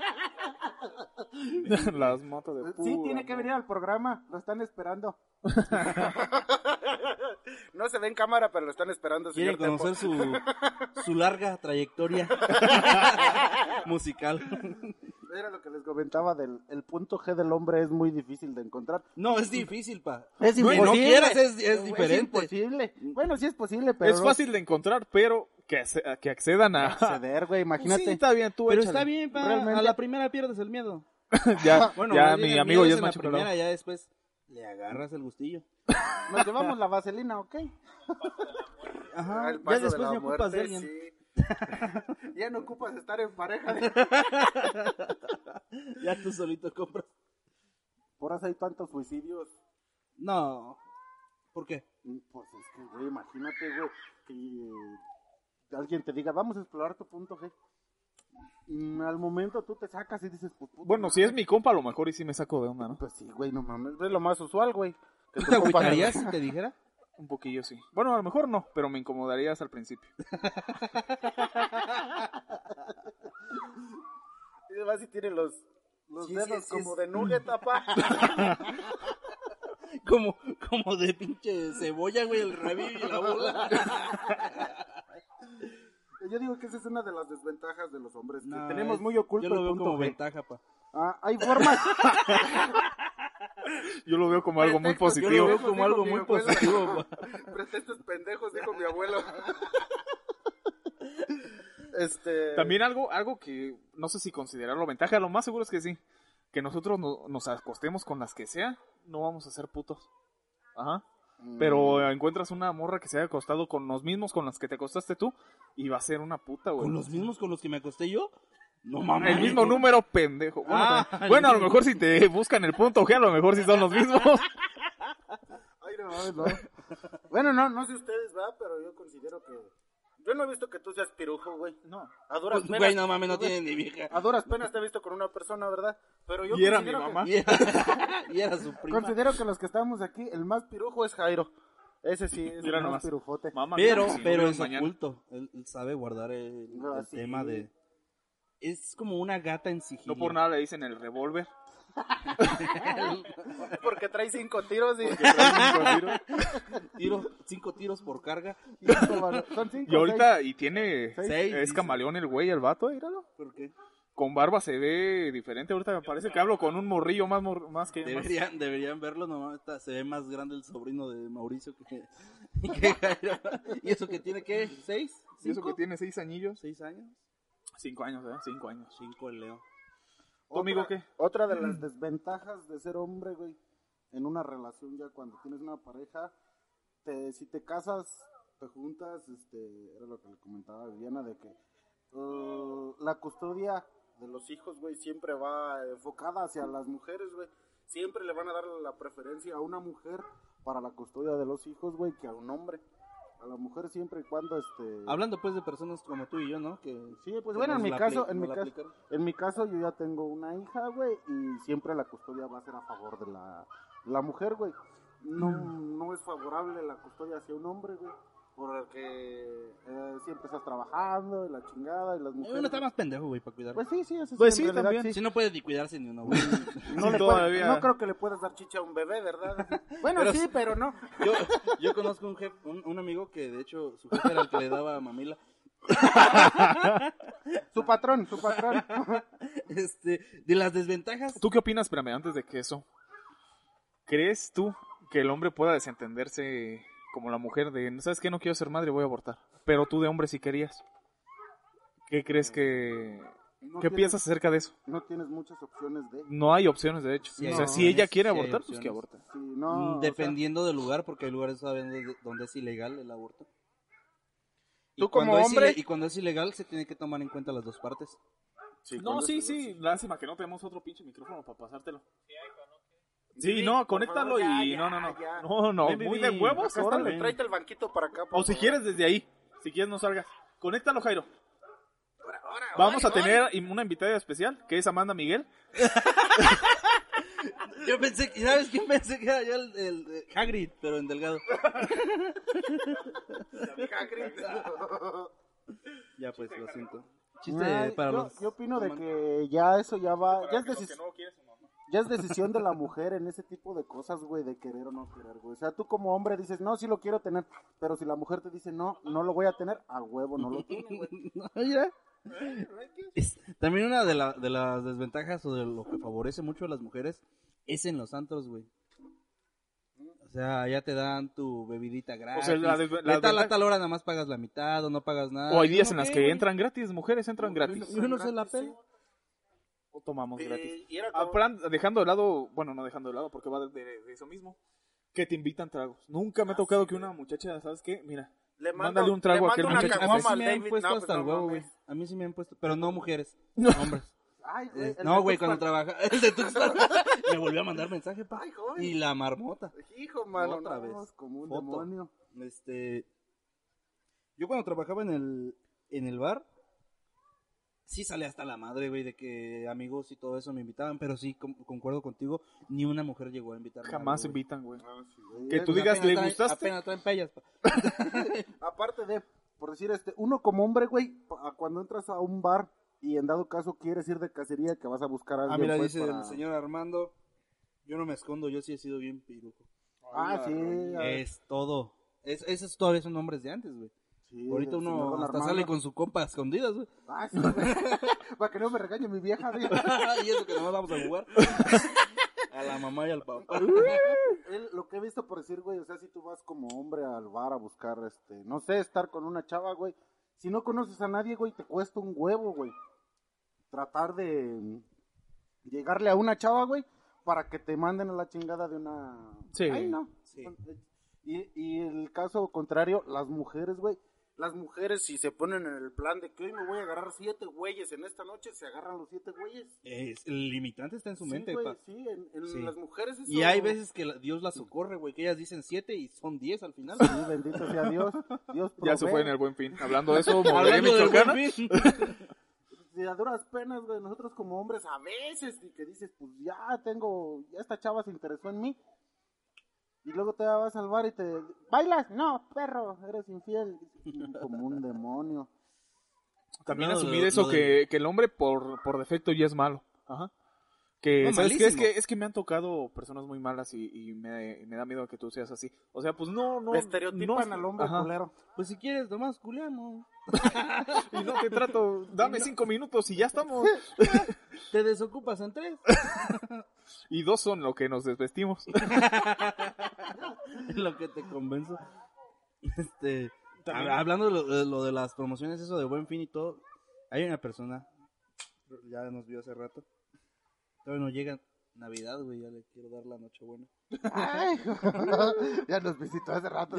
Las motos de pura, sí, tiene que ¿no? venir al programa, lo están esperando. No se ve en cámara, pero lo están esperando. Quieren conocer su, su larga trayectoria musical. Era lo que les comentaba del el punto G del hombre, es muy difícil de encontrar. No, es difícil, pa. Es no, imposible. no quieras, es, es diferente. Es imposible. Bueno, sí es posible, pero... Es fácil de encontrar, pero que, que accedan a... acceder, güey, imagínate. Sí, está bien, tú Pero échale. está bien, pa. Realmente. A la primera pierdes el miedo. ya, Bueno, ya más bien mi el amigo miedo ya es en la macho primera, pelado. ya después le agarras el gustillo. Nos llevamos la vaselina, ¿ok? Ajá, El ya paso después de me la ocupas muerte, de alguien. sí. Ya no ocupas estar en pareja. Ya tú solito compras. Por eso hay tantos suicidios. No. ¿Por qué? Pues es que, güey, imagínate, güey, que alguien te diga, vamos a explorar tu punto G. Mm, Al momento tú te sacas y dices, pues, puta Bueno, madre. si es mi compa, a lo mejor y sí me saco de onda, ¿no? Pues sí, güey, no mames, es lo más usual, güey. Que tu ¿Te compa- agüitarías si te dijera? Un poquillo sí. Bueno, a lo mejor no, pero me incomodarías al principio. Y además si tiene los, los Sí, dedos sí, sí, como es- de nugget, papá. Como, como de pinche cebolla, güey, el rabillo y la bola. Yo digo que esa es una de las desventajas de los hombres, que No, tenemos es- muy oculto Yo lo el veo punto como G. ventaja, pa. Ah, hay formas. Yo lo veo como algo muy Pretextos, Yo positivo. lo veo Dijo como algo mi muy abuela. positivo, pa. Pretextos pendejos, dijo mi abuelo. Este... También algo, algo que no sé si considerarlo ventaja, lo más seguro es que sí. Que nosotros no, nos acostemos con las que sea, no vamos a ser putos. Ajá. Mm. Pero encuentras una morra que se haya acostado con los mismos con las que te acostaste tú y va a ser una puta, güey. ¿Con los mismos con los que me acosté yo? No mames. El mismo número, pendejo. Bueno, Ah, también- bueno, a lo mejor si te buscan el punto G, a lo mejor si son los mismos. Ay, no, no. Bueno, no, no sé ustedes, ¿verdad? Pero yo considero que... Yo no he visto que tú seas pirujo, güey. No. A duras Pues, penas... güey, no mames, no tiene ni vieja. A duras penas te he visto con una persona, ¿verdad? Pero yo Y era mi considero que- mamá. Y era, y era su prima. Considero que los que estamos aquí, el más pirujo es Jairo. Ese sí, es Mira el más nomás. pirujote. Mamá, Pero, no, si pero no, es mañana. oculto. Él, él sabe guardar el, No, el sí. tema de... Es como una gata en sigilo. No por nada le dicen el revólver. Porque trae cinco tiros y... Tiro, cinco tiros por carga. Son cinco, Y ahorita, y tiene... Seis. Es camaleón el güey, el vato, míralo. ¿Por qué? Con barba se ve diferente. Ahorita me parece que hablo con un morrillo más, mor- más que... más- Deberían, deberían verlo, nomás está- se ve más grande el sobrino de Mauricio que, que Jairo. ¿Y eso que tiene qué? ¿Seis? Y eso ¿Cinco? que tiene seis añillos. ¿Seis años? Cinco años, ¿eh? Cinco años. Cinco el Leo. ¿Tu amigo Otra- qué? Otra de las desventajas de ser hombre, güey, en una relación ya cuando tienes una pareja, te, si te casas, te juntas, este, era lo que le comentaba a Viviana, de que uh, la custodia de los hijos, güey, siempre va enfocada hacia las mujeres, güey. Siempre le van a dar la preferencia a una mujer para la custodia de los hijos, güey, que a un hombre. A la mujer siempre y cuando, este... Hablando pues de personas como tú y yo, ¿no? Que, Sí, pues que bueno, en nos mi la caso, apli- en mi nos la caso, aplicaron. en mi caso yo ya tengo una hija, güey, y siempre la custodia va a ser a favor de la, la mujer, güey. No, no es favorable la custodia hacia un hombre, güey, porque eh, siempre estás trabajando y la chingada y las mujeres... Uno está más pendejo, güey, para cuidar. Pues sí, sí, eso Pues en sí, realidad también. Si no puede ni cuidarse ni uno, güey. No, le Todavía. puedes- no creo que le puedas dar chicha a un bebé, ¿verdad? Bueno, Pero sí, sí. pero no. Yo, yo conozco un, jef, un, un amigo que de hecho su jefe era el que le daba mamila. Su patrón, su patrón. Este, de las desventajas. ¿Tú qué opinas, espérame, antes de que eso? ¿Crees tú que el hombre pueda desentenderse como la mujer de, ¿sabes qué? No quiero ser madre, voy a abortar. Pero tú de hombre sí querías. ¿Qué crees que... No ¿Qué tienes- piensas acerca de eso? No tienes muchas opciones de... No hay opciones, de hecho. Sí o hay sea, si opciones, ella quiere sí hay abortar, pues que opciones. aborte. Sí, no, Mm, o sea, dependiendo del lugar, porque hay lugares saben de- donde es ilegal el aborto. Y Tú como cuando es hombre- ile- y cuando es ilegal se tiene que tomar en cuenta las dos partes. sí, No, cuando sí, es- sí. Lástima que no tenemos otro pinche micrófono para pasártelo. Sí, Sí, no, por conéctalo favor, y... ya, no, no, no. ya. No, no, Ven, muy Vivi. de huevos. Acá está, órale. tráete el banquito para acá. por O si favor. quieres desde ahí. Si quieres no salgas. Conéctalo, Jairo. Ahora, ahora, Vamos voy, a tener una invitada especial, que es Amanda Miguel. Yo pensé que, ¿sabes quién pensé que era yo? El, el, el Hagrid, pero en delgado. voy. Hagrid. Ya pues, lo siento. Chiste Ay, para yo, los... yo opino de que ya eso ya va, ya es, decis- ya es decisión de la mujer en ese tipo de cosas, güey, de querer o no querer, güey. O sea, tú como hombre dices, no, sí lo quiero tener, pero si la mujer te dice, no, no lo voy a tener, a huevo no lo tiene, güey. No, mira. Es- también una de, la, de las desventajas o de lo que favorece mucho a las mujeres es en los antros, güey. O sea, ya te dan tu bebidita gratis. O sea, la desve- la de tal a desventaja- tal hora nada más pagas la mitad o no pagas nada. O hay Y días uno en las qué, que güey. entran gratis, mujeres entran gratis. Y uno se la pela. O tomamos gratis. Eh, y era Ah, como- plan- dejando de lado, bueno, no dejando de lado porque va de, de- de eso mismo, que te invitan tragos. Nunca me ha tocado que una muchacha, ¿sabes qué? Mira, le mando, mándale un trago le a aquel mando una muchacho. A mí caguama sí al me han David. puesto No, hasta pues, el no huevo, güey. mames. A mí sí me han puesto, pero no mujeres, hombres. Ay, güey, Eh, el no, de güey, cuando Tuxpan. trabaja. El de Tuxpan. Me volvió a mandar mensaje, pa. Ay, joven. Y la marmota. Hijo, mano, Otra no, vez. es como un Foto. demonio. Este. Yo cuando trabajaba en el, en el bar, sí sale hasta la madre, güey, de que amigos y todo eso me invitaban, pero sí, con- concuerdo contigo, ni una mujer llegó a invitarme. a jamás algo, güey. invitan, güey. Ah, sí, güey. Que Eh, tú Pues digas, apenas ¿le traen- gustaste? Apenas traen pellas, pa. Aparte de, por decir, este, uno como hombre, güey, pa- cuando entras a un bar y en dado caso quieres ir de cacería, que vas a buscar a Ah, alguien, mira, pues, dice para- el señor Armando, yo no me escondo, yo sí he sido bien pirujo. Ah, sí. a- Es todo. Es, esos todavía son nombres de antes, güey. sí, Ahorita el señor uno Don hasta Armando. sale con su compa a escondidas, güey. Ah, sí, güey. Para que no me regañe mi vieja, güey. Y eso que nomás vamos a jugar. A la mamá y al papá. Él, lo que he visto por decir, güey, o sea, si tú vas como hombre al bar a buscar, este, no sé, estar con una chava, güey, si no conoces a nadie, güey, te cuesta un huevo, güey. Tratar de llegarle a una chava, güey, para que te manden a la chingada de una... Sí. Ay, no. Sí. Y, y el caso contrario, las mujeres, güey. Las mujeres, si se ponen en el plan de que hoy me voy a agarrar siete güeyes en esta noche, se agarran los siete güeyes. Es, el limitante está en su Sí, mente, güey, pa. sí, en, en Sí. las mujeres eso... Y hay veces que la- Dios las socorre, güey, que ellas dicen siete y son diez al final. Sí, bendito sea Dios. Dios Ya se provee. fue en el Buen Fin. Hablando de eso, modelia Hablando del michoacana. Buen Fin. Y a duras penas, güey, nosotros como hombres a veces, y que dices, pues ya tengo, ya esta chava se interesó en mí. Y luego te vas al bar y te... ¿Bailas? No, perro, eres infiel. Como un demonio. También No, asumir lo- eso lo de- que, que el hombre por, por defecto ya es malo. Ajá. Que, No, ¿sabes qué? Es malísimo. que, es que me han tocado personas muy malas y, y me, y me da miedo que tú seas así. O sea, pues no, no. Estereotipan no- al hombre ajá. culero. Pues si quieres, nomás culiamos. Y no te trato, dame cinco minutos y ya estamos. Te desocupas en tres. Y dos son lo que nos desvestimos. Es lo que te convenzo. Este, hab- hablando de lo, de lo de las promociones, eso de Buen Fin y todo, hay una persona, ya nos vio hace rato, todavía no llega Navidad, güey, ya le quiero dar la Nochebuena. Ay, ya nos visitó hace rato.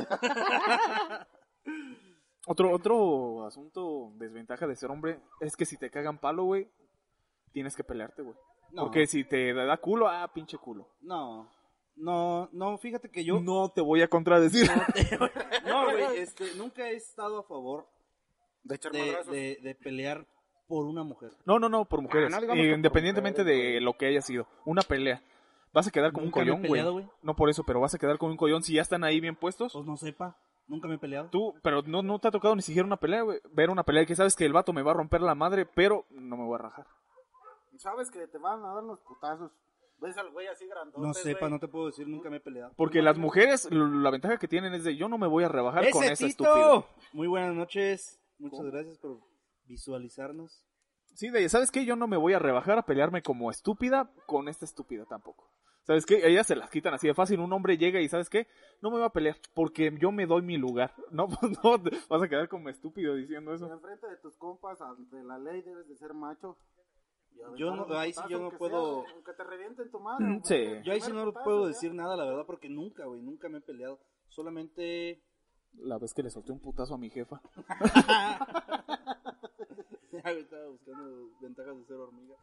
Otro, otro asunto, desventaja de ser hombre, es que si te cagan palo, güey, tienes que pelearte, güey. No, Porque si te da culo, ah, pinche culo. no, no, no, fíjate que yo, No te voy a contradecir. no, güey, este, nunca he estado a favor De echar de, madrazos. de, de pelear por una mujer. No, no, no, por mujeres. Ah, no digamos que Eh, por independientemente mujeres, de lo que haya sido. Una pelea. Vas a quedar como un Nunca me he collón, güey. peleado, güey. No por eso, pero vas a quedar como un collón si ya están ahí bien puestos. Pues no sepa, nunca me he peleado. Tú, pero no, no te ha tocado ni siquiera una pelea, güey. Ver una pelea que sabes que el vato me va a romper la madre, pero no me voy a rajar. Sabes que te van a dar los putazos. Ves al güey así grandote, No sepa, güey. no te puedo decir, nunca me he peleado. Porque las mujeres, l- la ventaja que tienen es de yo no me voy a rebajar con esa ¡Ese estúpida. Tito! Muy buenas noches, muchas ¿Cómo? gracias por visualizarnos. Sí, de, ¿sabes qué? Yo no me voy a rebajar a pelearme como estúpida con esta estúpida tampoco. ¿Sabes qué? Ellas se las quitan así de fácil. Un hombre llega y ¿sabes qué? No me va a pelear porque yo me doy mi lugar. No, pues no, te vas a quedar como estúpido diciendo eso. En frente de tus compas, ante la ley debes de ser macho. Y aventar Yo no- un ahí sí putazo, yo no aunque puedo- sea, aunque te revienten tu madre. Sí. güey. Yo ahí sí no Primer puedo putazo, decir ya. nada, la verdad, porque nunca, güey, nunca me he peleado. Solamente... La vez que le solté un putazo a mi jefa. Ya, güey, estaba buscando ventajas de ser hormiga.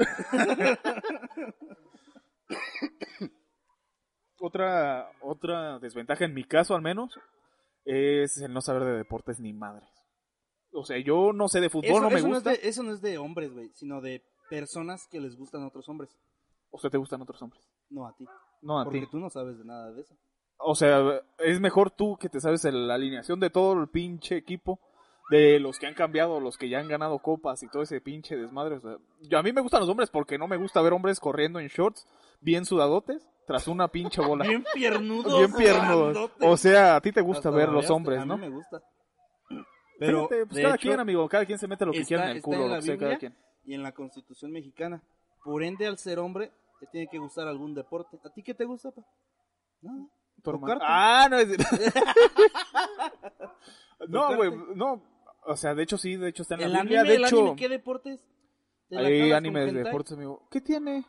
Otra, otra desventaja, en mi caso al menos, es el no saber de deportes ni madres. O sea, yo no sé de fútbol, Eso, no me eso gusta. es de, eso no es de hombres, güey, sino de personas que les gustan a otros hombres. O sea, te gustan otros hombres. No a ti. No a Porque ti. tú no sabes de nada de eso. O sea, es mejor tú que te sabes el- la alineación de todo el pinche equipo, de los que han cambiado, los que ya han ganado copas y todo ese pinche desmadre. O sea, yo, a mí me gustan los hombres porque no me gusta ver hombres corriendo en shorts bien sudadotes tras una pinche bola. Bien piernudos. Bien piernudos. grandotes. O sea, a ti te gusta Hasta ver los variaste, hombres, a mí ¿no? me gusta. Pero, Fíjate, pues de cada hecho, quien, amigo, cada quien se mete lo que está- quiera en el está culo, en lo la que sea cada Biblia quien. y en la Constitución mexicana. Por ende, al ser hombre, te tiene que gustar algún deporte. ¿A ti qué te gusta, pa? Nada. Tu hermano- Tocarte. Ah, no es. no, güey, Tocarte. no. O sea, de hecho sí, de hecho está en la ¿El Biblia. anime, de el hecho, anime, qué deportes? ¿Te la hay acabas con animes de hentai? deportes, amigo. ¿Qué tiene?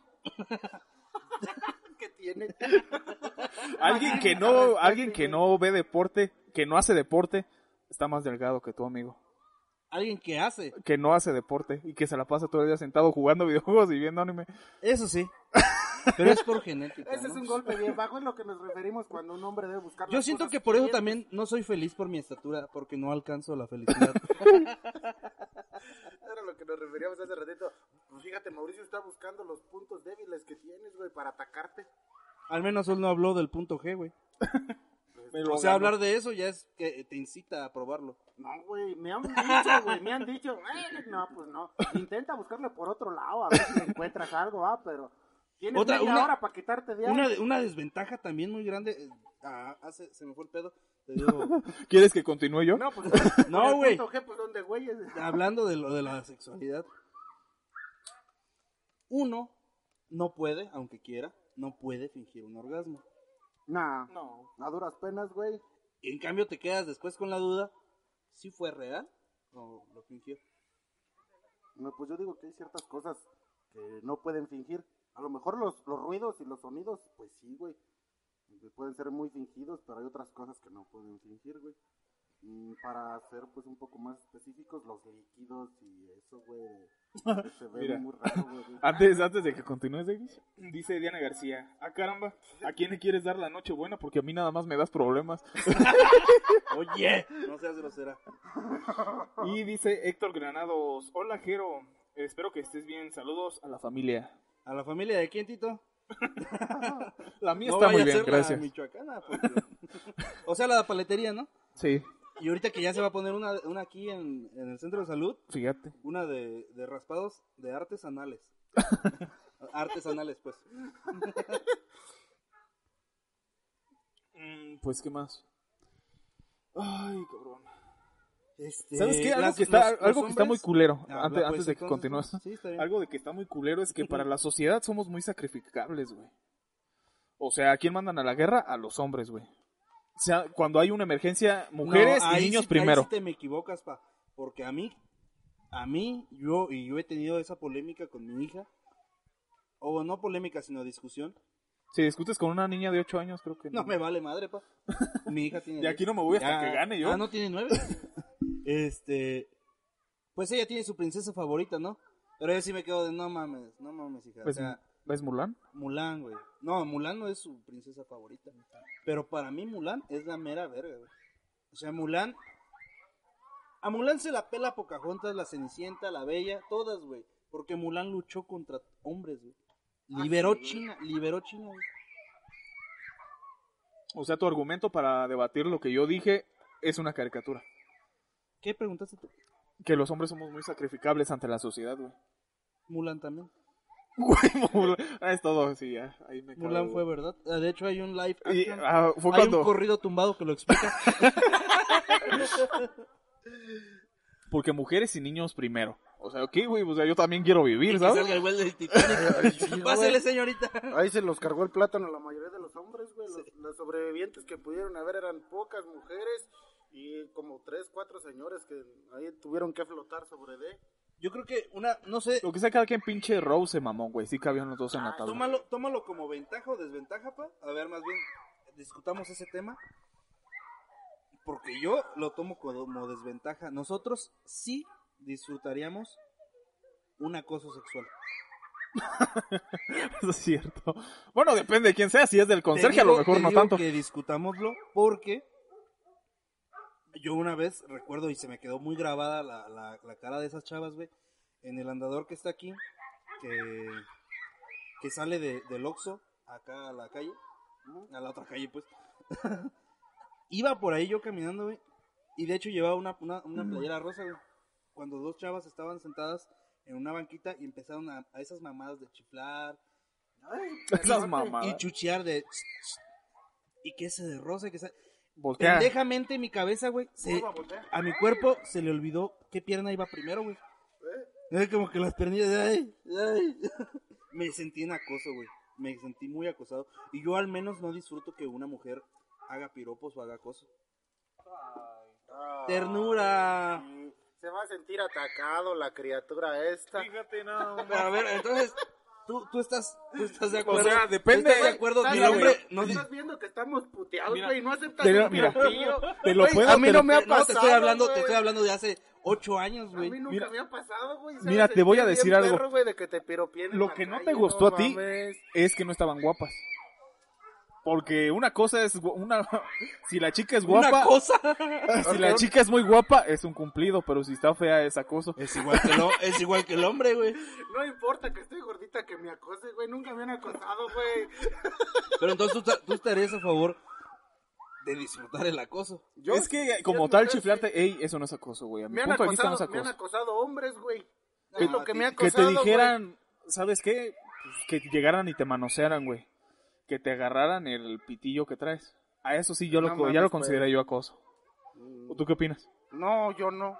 ¿Qué tiene? Alguien que no, alguien que no ve deporte, que no hace deporte, está más delgado que tu amigo. Alguien que hace. Que no hace deporte y que se la pasa todo el día sentado jugando videojuegos y viendo anime. Eso sí. Pero es por genética. Ese ¿no? es un golpe bien bajo, es lo que nos referimos cuando un hombre debe buscar Yo las siento cosas que por eso quiere. también no soy feliz por mi estatura, porque no alcanzo la felicidad. Era lo que nos referíamos hace ratito. Pues fíjate, Mauricio está buscando los puntos débiles que tienes, güey, para atacarte. Al menos él no habló del punto G, güey. Pero O sea, gano. hablar de eso ya es que te incita a probarlo. No, güey, me han dicho, güey, me han dicho, "Eh, no, pues no, intenta buscarle por otro lado, a ver si encuentras algo, ah, pero tienes Otra- media una- hora para quitarte de ahí. Una, de- una desventaja también muy grande. eh, ah, hace, se me fue el pedo. Te digo, ¿Quieres que continúe yo? No, pues, No, con el güey. punto G, pues, ¿dónde, güey? hablando de lo de la sexualidad. Uno no puede, aunque quiera, no puede fingir un orgasmo. Nah, No. a duras penas, güey. Y en cambio te quedas después con la duda, ¿sí fue real? ¿O lo fingió? No, pues yo digo que hay ciertas cosas que no pueden fingir. A lo mejor los, los ruidos y los sonidos, pues sí, güey. Pueden ser muy fingidos, pero hay otras cosas que no pueden fingir, güey. Y para ser, pues, un poco más específicos, los líquidos y eso, güey. Se ve Mira, muy raro, güey. Antes, antes de que continúes, Davis, dice Diana García, ah, caramba, ¿a quién le quieres dar la noche buena? Porque a mí nada más me das problemas. Oye, no seas grosera. Y dice Héctor Granados, hola, Jero, espero que estés bien, saludos a la familia. ¿A la familia de quién, Tito? La mía No está vaya muy a bien, ser gracias. La michoacana, porque... O sea, la paletería, ¿no? Sí, Y ahorita que ya se va a poner una, una aquí en, en el centro de salud, fíjate. una de, de raspados de artesanales. Artesanales, pues. Mm, pues, ¿qué más? Ay, cabrón. Este, ¿Sabes qué? Algo, las- que está, los- algo los que está muy hombres- culero, Ah, antes, pues, antes de que entonces, continúes. sí, está bien. Algo de que está muy culero es que para la sociedad somos muy sacrificables, güey. O sea, ¿a quién mandan a la guerra? A los hombres, güey. O sea, cuando hay una emergencia, mujeres No, y ahí niños sí- primero. Ahí sí te me equivocas, pa. Porque a mí, a mí, yo, y yo he tenido esa polémica con mi hija. O no polémica, sino discusión. Si discutes con una niña de ocho años, creo que No me vale madre, pa. Mi hija tiene... De aquí no me voy hasta Ya- que gane yo. Ah, ¿no tiene nueve? Este... Pues ella tiene su princesa favorita, ¿no? Pero yo sí me quedo de, no mames, no mames, hija. ¿Ves, o sea, ¿ves Mulan? Mulan, güey. No, Mulan no es su princesa favorita. Pero para mí Mulan es la mera verga, güey. O sea, Mulan... A Mulan se la pela Pocahontas, la Cenicienta, la Bella, todas, güey. Porque Mulan luchó contra hombres, güey. Liberó China, liberó China, güey. O sea, tu argumento para debatir lo que yo dije es una caricatura. ¿Qué preguntaste tú? Que los hombres somos muy sacrificables ante la sociedad, güey. Mulan también. Güey, Mulan. Ah, es todo, sí, ya. Ahí me Mulan cago. fue verdad. Ah, De hecho, hay un live Y, action. ah, fue Hay cuando... un corrido tumbado que lo explica. Porque mujeres y niños primero. O sea, ok, güey, o sea, yo también quiero vivir, Que ¿sabes? salga el güey del Titanic. Pásele, señorita. Ahí se los cargó el plátano la mayoría de los hombres, güey. Los, los sobrevivientes que pudieron haber eran pocas mujeres y como tres, cuatro señores que ahí tuvieron que flotar sobre D. Yo creo que una, no sé, Lo que sea, cada quien pinche Rose se mamó, güey. Sí cabían los dos en la tabla. tómalo, tómalo como ventaja o desventaja, pa. A ver, más bien, discutamos ese tema. Porque yo lo tomo como desventaja. Nosotros sí disfrutaríamos un acoso sexual. Eso es cierto. Bueno, depende de quién sea. Si es del conserje, Te a lo digo- mejor te no digo tanto. que discutámoslo porque yo una vez recuerdo y se me quedó muy grabada la, la, la cara de esas chavas, güey, en el andador que está aquí, que, que sale de, del Oxxo acá a la calle, a la otra calle, pues. Iba por ahí yo caminando, güey, y de hecho llevaba una, una, una playera rosa, güey, cuando dos chavas estaban sentadas en una banquita y empezaron a, a esas mamadas de chiflar, Esas mamadas. y chuchear de... Y que ese de rosa, que ese... Voltea. Pendejamente mi cabeza, güey, se- Voltea, voltea. a mi cuerpo se le olvidó qué pierna iba primero, güey. Es como que las pernillas, ay, ay. Me sentí en acoso, güey. Me sentí muy acosado. Y yo al menos no disfruto que una mujer haga piropos o haga acoso. Ternura. Sí, se va a sentir atacado la criatura esta. Fíjate, no. Pero a ver, entonces, tú, tú estás, tú estás de acuerdo. sea, depende- ¿Tú estás de acuerdo que el Mira, hombre güey, no di- estás viendo que estamos puteados, Mira, güey, no aceptas te- un mira, piropillo. te lo Güey, puedo- a mí te no lo- me ha No, pasado, te estoy hablando, güey. te estoy hablando de hace ocho años, A güey. mí nunca Mira- me ha pasado, güey. Mira, ¿sabes? te voy a Sentí decir bien algo. perro, güey, de que te piropien en Lo la que no te calle, gustó a ti mames. es que no estaban guapas. Porque una cosa es gu- una si la chica es guapa, Una cosa. si la chica es muy guapa es un cumplido, pero si está fea es acoso. Es igual que, lo, es igual que el hombre, güey. No importa que estoy gordita que me acose, güey. Nunca me han acosado, güey. Pero entonces tú, ta- tú estarías a favor de disfrutar el acoso. Yo, es que como yo- tal yo- chiflarte, ey, eso no es acoso, güey. A mi Me han, punto de vista no acosado, es me han acoso. acosado hombres, güey. Que- Es lo que me ha Que te acosado, dijeran, ¿sabes qué? Pues que llegaran y te manosearan, güey. Que te agarraran el pitillo que traes. A eso sí yo lo, No co- ya mames, lo consideré güey. yo acoso. ¿O tú qué opinas? güey. No, yo no.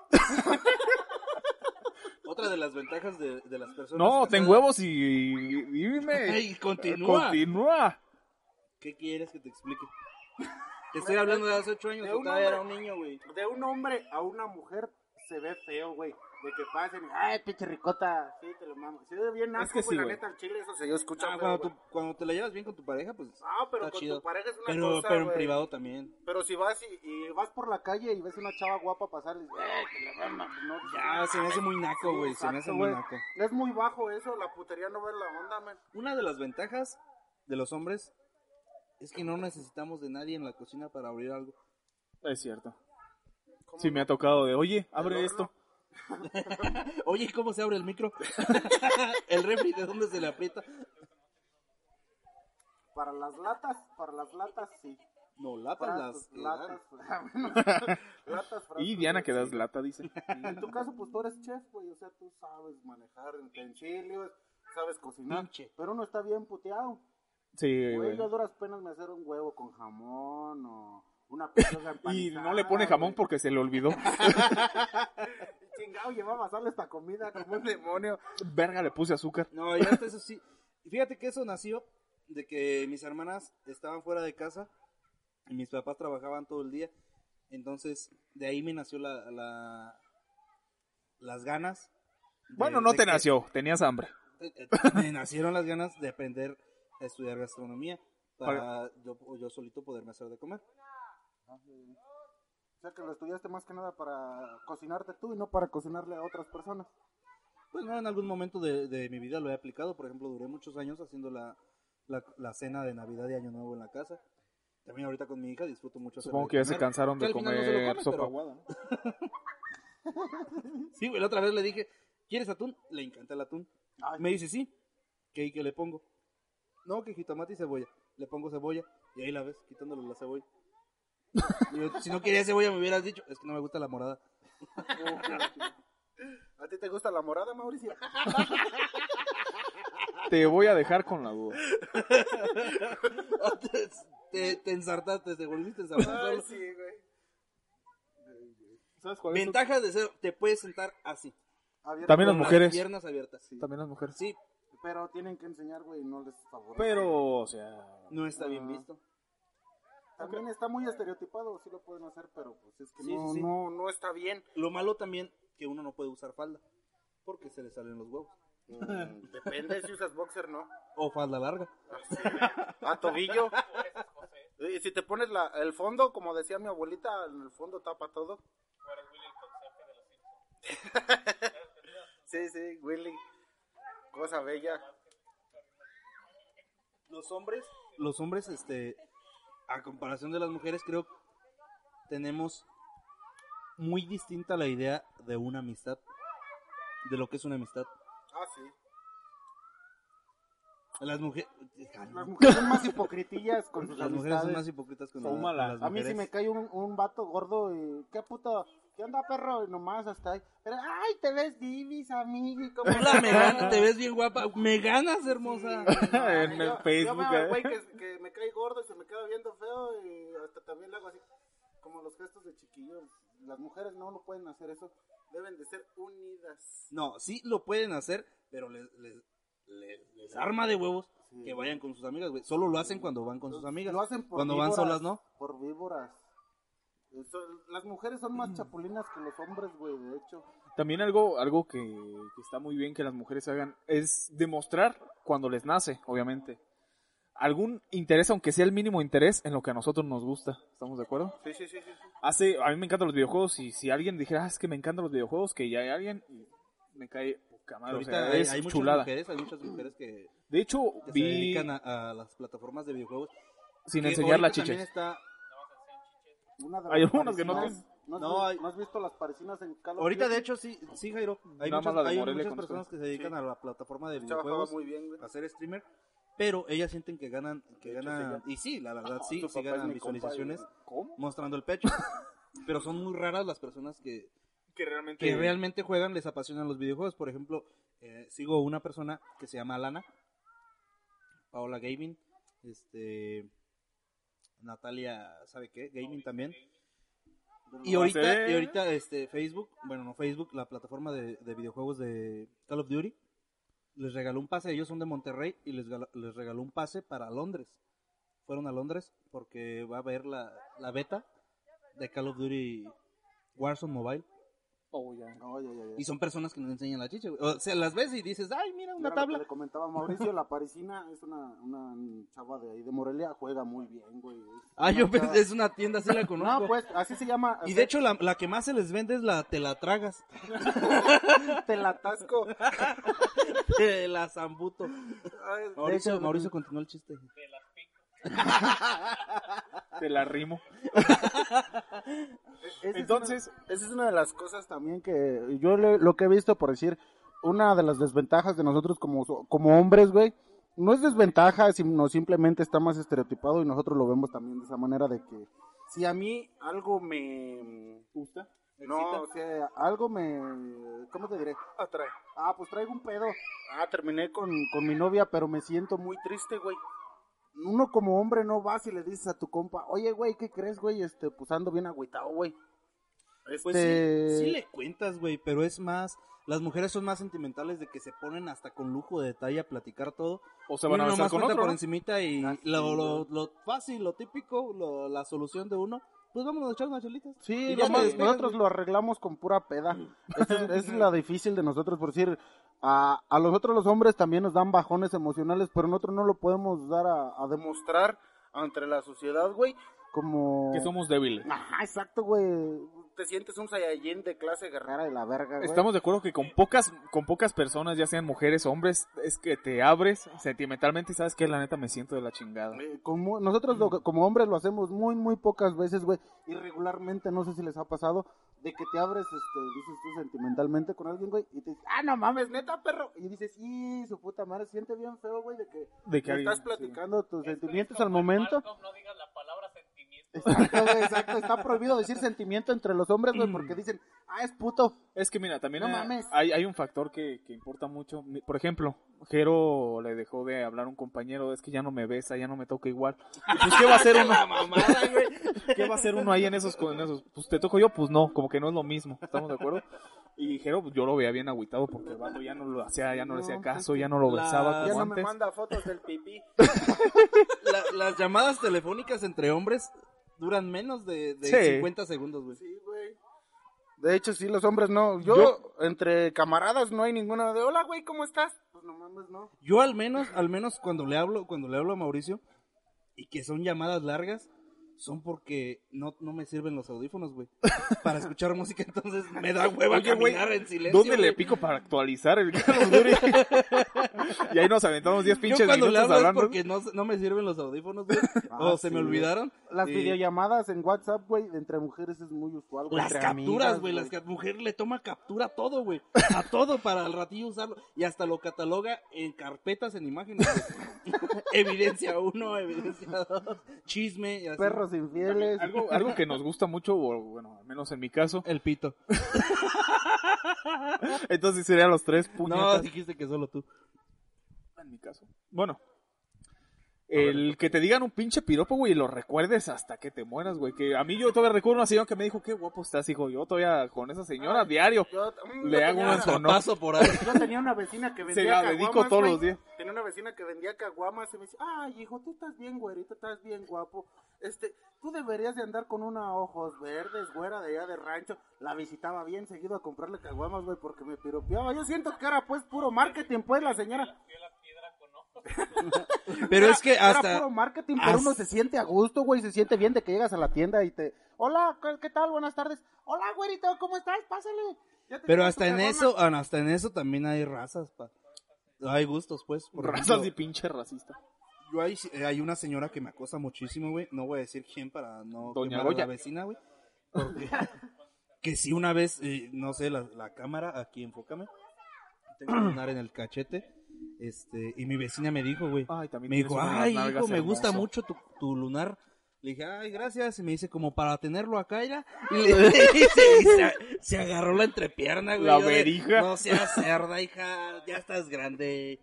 Otra de las ventajas de, de las personas. No, ten casadas- huevos y, y dime. Ey, continúa. Continúa. ¿Qué quieres que te explique? Te estoy hablando de hace ocho años, De tú un todavía hombre. era un niño, güey. De un hombre a una mujer se ve feo, güey. De que pasen y, ay, pinche ricota, sí, te lo mamo. Se ve bien asco, que sí, güey, la güey. neta, el chile, eso se yo escucho. Ah, feo, cuando, güey. tú, cuando te la llevas bien con tu pareja, pues Ah, pero está con chido. tu pareja es una Pero, cosa, pero en güey. privado también. Pero si vas y, y vas por la calle y ves una chava guapa pasar, y dices, eh, que la mama, pues no. Ya, se me hace muy naco, Sí, güey, se me hace exacto, muy güey. naco. Es muy bajo eso, la putería no ve la onda, man. Una de las ventajas de los hombres es que no necesitamos de nadie en la cocina para abrir algo. Es cierto. Sí, me ha tocado de, oye, abre horno? esto. Oye, ¿cómo se abre el micro? El refri, ¿de dónde se le aprieta? Para las latas, para las latas, sí. No, latas Frascos, las que latas, dan. latas, frascos, Y Diana güey, que das sí. lata, dice. Y en tu caso, pues tú eres chef, güey, o sea, tú sabes manejar utensilios, sabes cocinar, Pinche. pero uno está bien puteado. Sí, Güey, güey. yo a duras penas me hacer un huevo con jamón o una pechuga empanizada. Y no le pone jamón güey. porque se le olvidó. Y chingado, llevaba sal esta comida como un demonio. Verga, le puse azúcar. No, ya hasta eso sí. Y fíjate que eso nació de que mis hermanas estaban fuera de casa y mis papás trabajaban todo el día. Entonces, de ahí me nació la, la las ganas. de- Bueno, no de te que- nació, tenías hambre. eh, eh, Me nacieron las ganas de aprender a estudiar gastronomía para yo, yo solito poderme hacer de comer. O sea que lo estudiaste más que nada para cocinarte tú y no para cocinarle a otras personas. Pues no, en algún momento de, de mi vida lo he aplicado. Por ejemplo, duré muchos años haciendo la, la, la cena de Navidad y Año Nuevo en la casa. También ahorita con mi hija disfruto mucho hacer Supongo de que ya se comer. cansaron Que de al final no se lo comer comen, sopa pero- aguada, ¿no? Sí, güey, la otra vez le dije, ¿quieres atún? Le encanta el atún. Ay. Me dice, sí. ¿Qué, qué le pongo? No, que jitomate y cebolla. Le pongo cebolla y ahí la ves, quitándole la cebolla. Y yo, si no quería cebolla me hubieras dicho, es que no me gusta la morada. ¿A ti te gusta la morada, Mauricio? Te voy a dejar con la duda. te, te, te ensartaste, te volviste a ensartar Ay, solo. sí, güey. ¿Sabes cuál es? Ventajas de ser, te puedes sentar así. Abierto También las con mujeres. Las piernas abiertas. Sí. También las mujeres. Sí, Pero tienen que enseñar, güey, no les favorece. Pero, o sea... no está bien Ah. visto. También está muy estereotipado, sí lo pueden hacer, pero pues es que Sí, no, sí, sí. no, no está bien. Lo malo también que uno no puede usar falda, porque se le salen los huevos. Mm, depende si usas boxer, ¿no? O falda larga. A tobillo. Y si te pones la, el fondo, como decía mi abuelita, en el fondo tapa todo. Sí, sí, Willy. Cosa bella. Los hombres, los hombres, este, a comparación de las mujeres, creo que tenemos muy distinta la idea de una amistad, de lo que es una amistad. Ah, sí. Las mujeres, Las mujeres son más hipocritillas con sus las mujeres son amistades. más hipócritas con, la- Tómala. con las A mí mujeres. si me cae un, un vato gordo y... ¿Qué puto? ¿Qué onda, perro? Y nomás hasta ahí. Pero, ay, te ves divis, amigo. y como- Hola, me ganas, te ves bien guapa, me ganas, hermosa. En el Yo- Facebook, Yo veo al ¿eh? güey que, que me cae gordo y se me queda viendo feo y hasta también le hago así, como los gestos de chiquillos. Las mujeres no lo pueden hacer eso, deben de ser unidas. No, sí lo pueden hacer, pero les, les, les, les arma de huevos Sí. que vayan con sus amigas, güey. Solo lo hacen cuando van con sus amigas. Lo hacen por Cuando van víboras, solas, ¿no? Por víboras. Eso- las mujeres son más chapulinas que los hombres, güey, de hecho. También algo, algo que, que está muy bien que las mujeres hagan es demostrar cuando les nace, obviamente, algún interés, aunque sea el mínimo interés, en lo que a nosotros nos gusta. ¿Estamos de acuerdo? Sí, sí, sí, sí. sí. Hace, a mí me encantan los videojuegos y si alguien dijera, ah, es que me encantan los videojuegos, que ya hay alguien, y me cae poca madre, o Ahorita sea, hay, es hay muchas chulada. mujeres, hay muchas mujeres que, De hecho, que se vi, dedican a, a las plataformas de videojuegos. sin que enseñar las ahorita también chiches, está, Una de Hay las algunas que no parisinas- ¿No has, No, vi- hay- ¿no has visto las parisinas en Call of ahorita Duty? de hecho sí, sí Jairo, hay Nada más muchas, la de hay Morelia muchas conozco. personas que se dedican Sí. a la plataforma de Esta chava juega videojuegos, muy bien, güey. a ser streamer, pero ellas sienten que ganan, que De hecho, ganan, sí, y sí, la verdad sí, Tu sí papá es ganan mi compa, visualizaciones y- ¿Cómo? mostrando el pecho, pero son muy raras las personas que, que realmente, que realmente juegan, les apasionan los videojuegos. Por ejemplo, eh, sigo una persona que se llama Alana, Paola Gaming, este, Natalia, ¿sabe qué? Gaming también. Y No ahorita, sé. y ahorita este Facebook, bueno, no Facebook, la plataforma de, de videojuegos de Call of Duty, les regaló un pase, ellos son de Monterrey, y les, gala- les regaló un pase para Londres. Fueron a Londres porque va a haber la, la beta de Call of Duty Warzone Mobile. Oh, ya. Oh, ya, ya, ya. Y son personas que nos enseñan la chicha, güey. O sea, las ves y dices, ay, mira, una Claro, tabla. Le comentaba a Mauricio, la parisina es una, una chava de ahí de Morelia, juega muy bien, güey. Ah, yo pensé, es una tienda, así la conozco. No, pues, así se llama. Y de hecho, la, la que más se les vende es la te la tragas. te la atasco. Te la zambuto. Ay, Mauricio, hecho, Mauricio continuó el chiste. Te la rimo. Esa Entonces, es una, esa es una de las cosas también que yo le- lo que he visto, por decir, una de las desventajas de nosotros como, como hombres, güey, no es desventaja, sino simplemente está más estereotipado y nosotros lo vemos también de esa manera de que si a mí algo me ¿gusta? no, o sea, algo me, ¿cómo te diré? Atrae. Ah, pues traigo un pedo. Ah, terminé con, con mi novia, pero me siento muy triste, güey. Uno como hombre no vas y le dices a tu compa, oye, güey, ¿qué crees, güey? Este, pues ando bien agüitado, güey. Este... Pues sí, sí le cuentas, güey, pero es más, las mujeres son más sentimentales de que se ponen hasta con lujo de detalle a platicar todo. O se van a Uno besar nomás con cuenta otro, por ¿no? encimita y Ah, sí, lo, lo, güey. lo fácil, lo típico, lo- la solución de uno, pues vámonos a echar unas chelitas. Sí, Y lo ya más- te despegas, nosotros güey. lo arreglamos con pura peda. Esa es, esa es la difícil de nosotros, por decir, a, a nosotros los hombres también nos dan bajones emocionales, pero nosotros no lo podemos dar a, a demostrar ante la sociedad, güey, como... Que somos débiles. Ajá, exacto, güey. Te sientes un Saiyajin de clase guerrera de la verga, güey. Estamos de acuerdo que con pocas con pocas personas, ya sean mujeres o hombres, es que te abres sentimentalmente y sabes que la neta me siento de la chingada. Eh, como, nosotros lo- como hombres lo hacemos muy, muy pocas veces, güey. Y regularmente, no sé si les ha pasado, de que te abres, este, dices tú sentimentalmente con alguien, güey, y te dices, ah, no mames, neta, perro. Y dices, sí, su puta madre, se siente bien feo, güey, de que, De que le alguien- estás platicando tus Es- sentimientos es al como en momento. Malcolm, no digas la palabra sentimiento. Exacto, güey, exacto. Está prohibido decir sentimiento entre los hombres, güey, porque dicen, ah, es puto. Es que mira, también No hay, mames. hay, hay un factor que, que importa mucho. Mi- Por ejemplo, Jero le dejó de hablar a un compañero, es que ya no me besa, ya no me toca igual. Y pues, ¿qué va a hacer uno? Mamada, güey. ¿Qué va a hacer uno ahí en esos, en esos? Pues te toco yo, pues no, como que no es lo mismo, ¿estamos de acuerdo? Y Jero, pues, yo lo veía bien agüitado porque el vato ya no lo hacía, ya no le hacía No, caso, pues, ya no lo la- besaba Ya como no me antes. manda fotos del pipí. La- las llamadas telefónicas entre hombres duran menos de, de Sí. cincuenta segundos, güey. Sí, güey. De hecho, sí, los hombres no. Yo, Yo- entre camaradas, no hay ninguna de, hola, güey, ¿cómo estás? Pues no mames, no. Yo al menos, al menos cuando le hablo, cuando le hablo a Mauricio, y que son llamadas largas, son porque no, no me sirven los audífonos, güey. Para escuchar música, entonces me da hueva Oye, güey, caminar en silencio. ¿dónde le güey. pico para actualizar el Call of Duty? Y ahí nos aventamos diez Yo pinches cuando le minutos hablo es hablando. porque no, no me sirven los audífonos, güey. Ah, o se sí, me güey. olvidaron. Las y videollamadas en WhatsApp, güey, entre mujeres es muy usual, güey. Las entre capturas, amigas, güey. Las ca- mujer le toma captura a todo, güey. A todo para al ratillo usarlo. Y hasta lo cataloga en carpetas, en imágenes. güey. Evidencia uno, evidencia dos, chisme y así. Perros infieles. Algo, algo que nos gusta mucho, o bueno, al menos en mi caso, El pito. entonces serían los tres No, puñetas. dijiste que solo tú. En mi caso. Bueno. El que te digan un pinche piropo, güey, y lo recuerdes hasta que te mueras, güey. Que a mí yo todavía recuerdo una señora que me dijo, qué guapo estás, hijo. Yo todavía con esa señora diario. Yo, mm, Le yo hago tenía una una- sonora. Paso por ahí. Yo tenía una vecina que vendía Se la caguamas, dedico todos güey. los días. Tenía una vecina que vendía caguamas y me decía, ay, hijo, tú estás bien güerito, estás bien guapo. Este, tú deberías de andar con una ojos verdes, güera de allá de rancho. La visitaba bien seguido a comprarle caguamas, güey, porque me piropeaba. Yo siento que era, pues, puro marketing, pues, la señora. Pero Era- es que Era hasta. puro marketing, pero hasta- uno se siente a gusto, güey, se siente bien de que llegas a la tienda y te... Hola, ¿qué- ¿qué tal? Buenas tardes. Hola, güerito, ¿cómo estás? Pásale. Ya te Pero llevo hasta tu en caguama. eso, ah, hasta en eso también hay razas, pa. Hay gustos, pues. Por Razas ejemplo, y pinche racista. yo hay, eh, hay una señora que me acosa muchísimo, güey. No voy a decir quién para no Doña quemar a Goya. la vecina, güey. Porque que si una vez, eh, no sé, la, la cámara, aquí enfócame. Tengo un lunar en el cachete. Este, y mi vecina me dijo, güey. Ay, también Me tienes dijo, unas ay, nalgas hijo, me gusta hermoso". mucho tu, tu lunar. Le dije, ay, gracias. Y me dice, como para tenerlo acá, ya. Y, le, y se, y se, se agarró la entrepierna, güey. La Yo de, verija. no seas cerda, hija. Ya estás grande.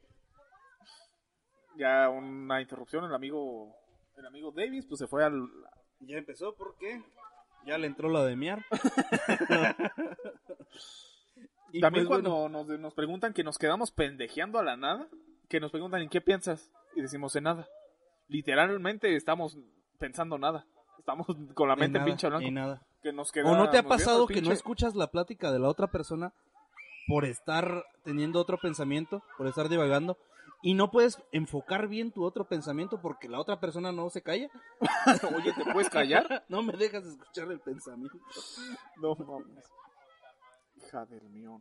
Ya una interrupción, el amigo, el amigo Davis, pues se fue al... Ya empezó, ¿por qué? Ya le entró la de miar. Y Y también pues, cuando nos, nos preguntan que nos quedamos pendejeando a la nada, que nos preguntan ¿en qué piensas? Y decimos en nada. Literalmente estamos pensando nada. Estamos con la mente nada, pinche blanco. Y nada. Que nos queda, ¿O no te ha nos pasado queda que pinche... no escuchas la plática de la otra persona por estar teniendo otro pensamiento, por estar divagando, y no puedes enfocar bien tu otro pensamiento porque la otra persona no se calla? Oye, ¿te puedes callar? No me dejas escuchar el pensamiento. No mames. Hija del mío.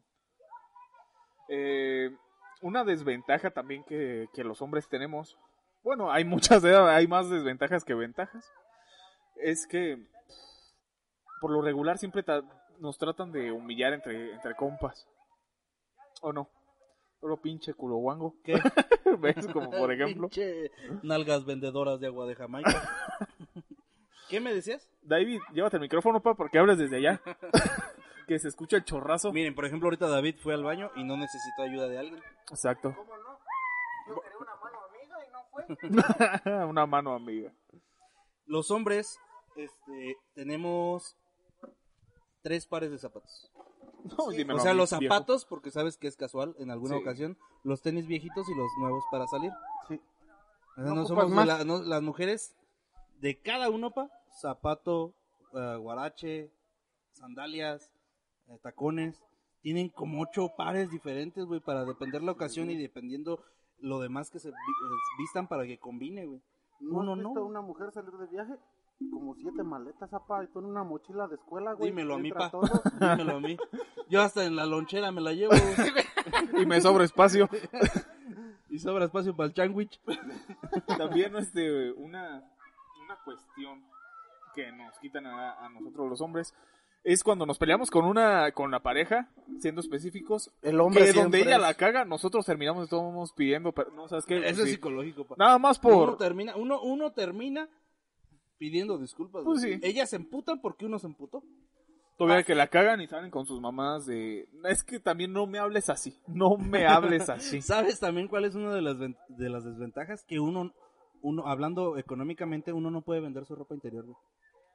Eh, una desventaja también que, que los hombres tenemos, bueno, hay muchas, hay más desventajas que ventajas, es que por lo regular siempre ta- nos tratan de humillar entre, entre compas. ¿O no? Solo pinche culo guango. ¿Qué? ¿Ves? Como por ejemplo. Pinche nalgas vendedoras de agua de Jamaica. ¿Qué me decías? David, llévate el micrófono, pa, porque hables desde allá. Que se escucha el chorrazo. Miren, por ejemplo, ahorita David fue al baño y no necesitó ayuda de alguien. Exacto. ¿Cómo no? Yo quería una mano amiga y no fue. Una mano amiga. Los hombres, este, tenemos tres pares de zapatos. No, dímelo O sea, a mí, los viejo. zapatos, porque sabes que es casual en alguna Sí. ocasión, los tenis viejitos y los nuevos para salir. Sí. O sea, No no ocupas somos de más. la- no- las mujeres de cada uno, pa, zapato, eh, guarache, sandalias, eh, tacones, tienen como ocho pares diferentes, güey, para depender la ocasión y dependiendo lo demás que se vi- eh, vistan para que combine, güey. ¿No Uno has visto no. a una mujer salir de viaje? Como siete maletas, apa, y tú en una mochila de escuela, güey. Dímelo a mí, entra pa. todo. Dímelo a mí. Yo hasta en la lonchera me la llevo, güey. Y me sobra espacio. Y sobra espacio para el sándwich. También este, una, una cuestión que nos quitan a, a nosotros los hombres es cuando nos peleamos con una con la pareja, siendo específicos, El hombre que siempre donde ella es- la caga, nosotros terminamos de todos modos pidiendo, pero no sabes qué. Eso Sí. es psicológico, pa. Nada más Uno por termina, uno, uno termina pidiendo disculpas. Pues güey. sí. Ellas se emputan porque uno se emputó. todavía que la cagan y salen con sus mamás de es que también no me hables así, no me hables así. ¿Sabes también cuál es una de las ven- de las desventajas? Que uno, uno hablando económicamente, uno no puede vender su ropa interior, güey.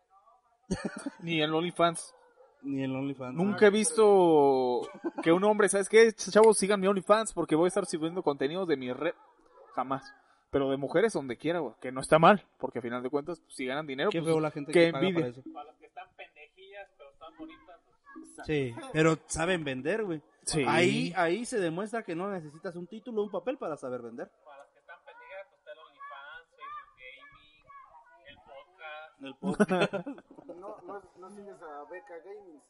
Ni en OnlyFans. Ni en OnlyFans. Nunca he visto que un hombre, ¿sabes qué? Chavos, sigan mi OnlyFans porque voy a estar subiendo contenidos de mi red. Jamás. Pero de mujeres donde quiera, güey. Que no está mal, porque a final de cuentas, pues, si ganan dinero, Qué pues, feo la gente qué que paga envidia. para eso. Para las que están pendejillas, pero están bonitas. pues, Sí, pero saben vender, güey. Sí. Ahí, ahí se demuestra que no necesitas un título o un papel para saber vender. Para las que están pendejas, pues está el OnlyFans, Facebook Gaming, el podcast. El podcast. No, no, no sigues a Beca Gaming.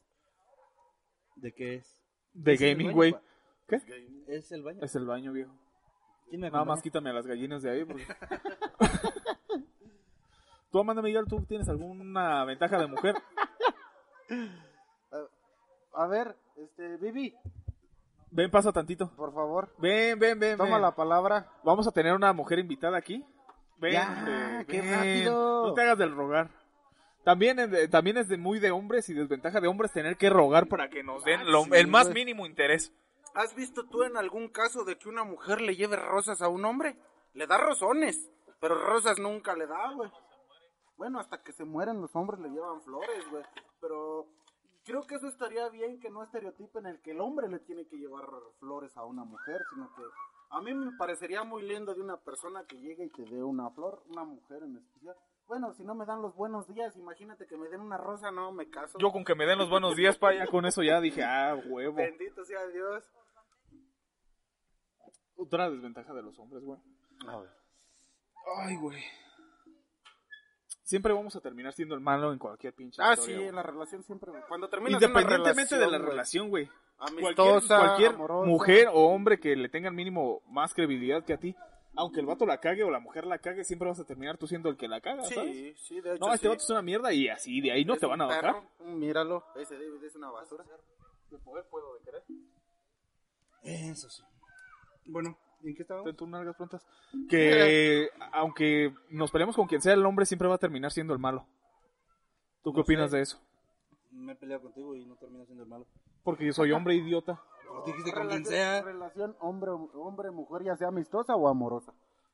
¿De qué es? De ¿Es el gaming, baño, güey. pa? ¿Qué? Es el baño. Es el baño, viejo. ¿Quién me Nada acompaña? más quítame a las gallinas de ahí. Porque... Tú, Amanda Miguel, ¿tú tienes alguna ventaja de mujer? A ver, este, Vivi, Ven, pasa tantito. por favor, Ven, ven, ven. toma ven. la palabra. Vamos a tener una mujer invitada aquí. Ven, Ya, eh, qué ven. rápido. No te hagas del rogar. También es, de, también es de muy de hombres y desventaja de hombres tener que rogar para que nos den Ah, lo- sí, el más güey. mínimo interés. ¿Has visto tú en algún caso de que una mujer le lleve rosas a un hombre? Le da rosones, pero rosas nunca le da, güey. Bueno, hasta que se mueren los hombres le llevan flores, güey. Pero creo que eso estaría bien, que no estereotipen el que el hombre le tiene que llevar flores a una mujer, sino que a mí me parecería muy lindo de una persona que llegue y te dé una flor, una mujer en especial. Bueno, si no me dan los buenos días, imagínate que me den una rosa, no, me caso. Yo con que me den los buenos días, pa, ya con eso ya dije, ah, huevo. Bendito sea Dios. Otra desventaja de los hombres, güey. A ver. Ay, güey. Siempre vamos a terminar siendo el malo en cualquier pinche Ah, historia, sí, güey. en la relación siempre. Cuando terminas Independientemente una de la güey, relación, güey. Cualquier, amistosa, cualquier amorosa. mujer o hombre que le tengan mínimo más credibilidad que a ti, aunque el vato la cague o la mujer la cague, siempre vas a terminar tú siendo el que la caga, ¿sabes? Sí, sí, de hecho. No, este sí. vato es una mierda y así, de ahí no Es te van a un bajar. perro, Míralo, ese David es una basura. De poder puedo de querer. Eso sí. Bueno, ¿en qué estábamos? Ten tus nalgas prontas. Que aunque nos peleemos con quien sea, el hombre siempre va a terminar siendo el malo. ¿Tú qué No opinas sé. de eso? Me he peleado contigo y no termino siendo el malo. Porque yo soy hombre idiota. Pues dijiste con quien Relación, sea. relación hombre, hombre, mujer, ya sea amistosa o amorosa.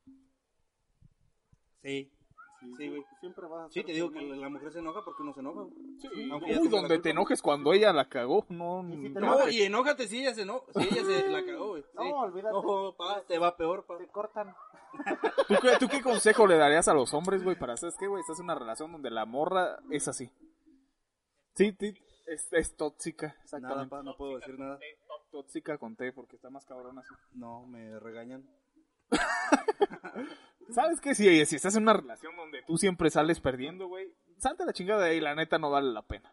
Sí. Sí, güey. Siempre vas a Sí, ser te digo tu que hermano. la mujer se enoja porque uno se enoja, güey. Sí. Aunque ella Uy, tenga la donde te culpa. enojes cuando ella la cagó. No, Y si te no, No, enojas- y enójate si ella se no, si ella se la cagó, güey. Sí. No, olvídate. No, pa, te va peor, pa. Te cortan. ¿Tú qué, ¿Tú qué consejo le darías a los hombres, güey, para hacer, es que, güey, estás en una relación donde la morra es así? Sí, sí, es, es tóxica, Nada, exactamente. pa, no puedo decir nada. Tóxica con T, porque está más cabrón así. No, me regañan. ¿Sabes qué? Si, si estás en una relación donde tú siempre sales perdiendo, güey, salte a la chingada de ahí, la neta no vale la pena.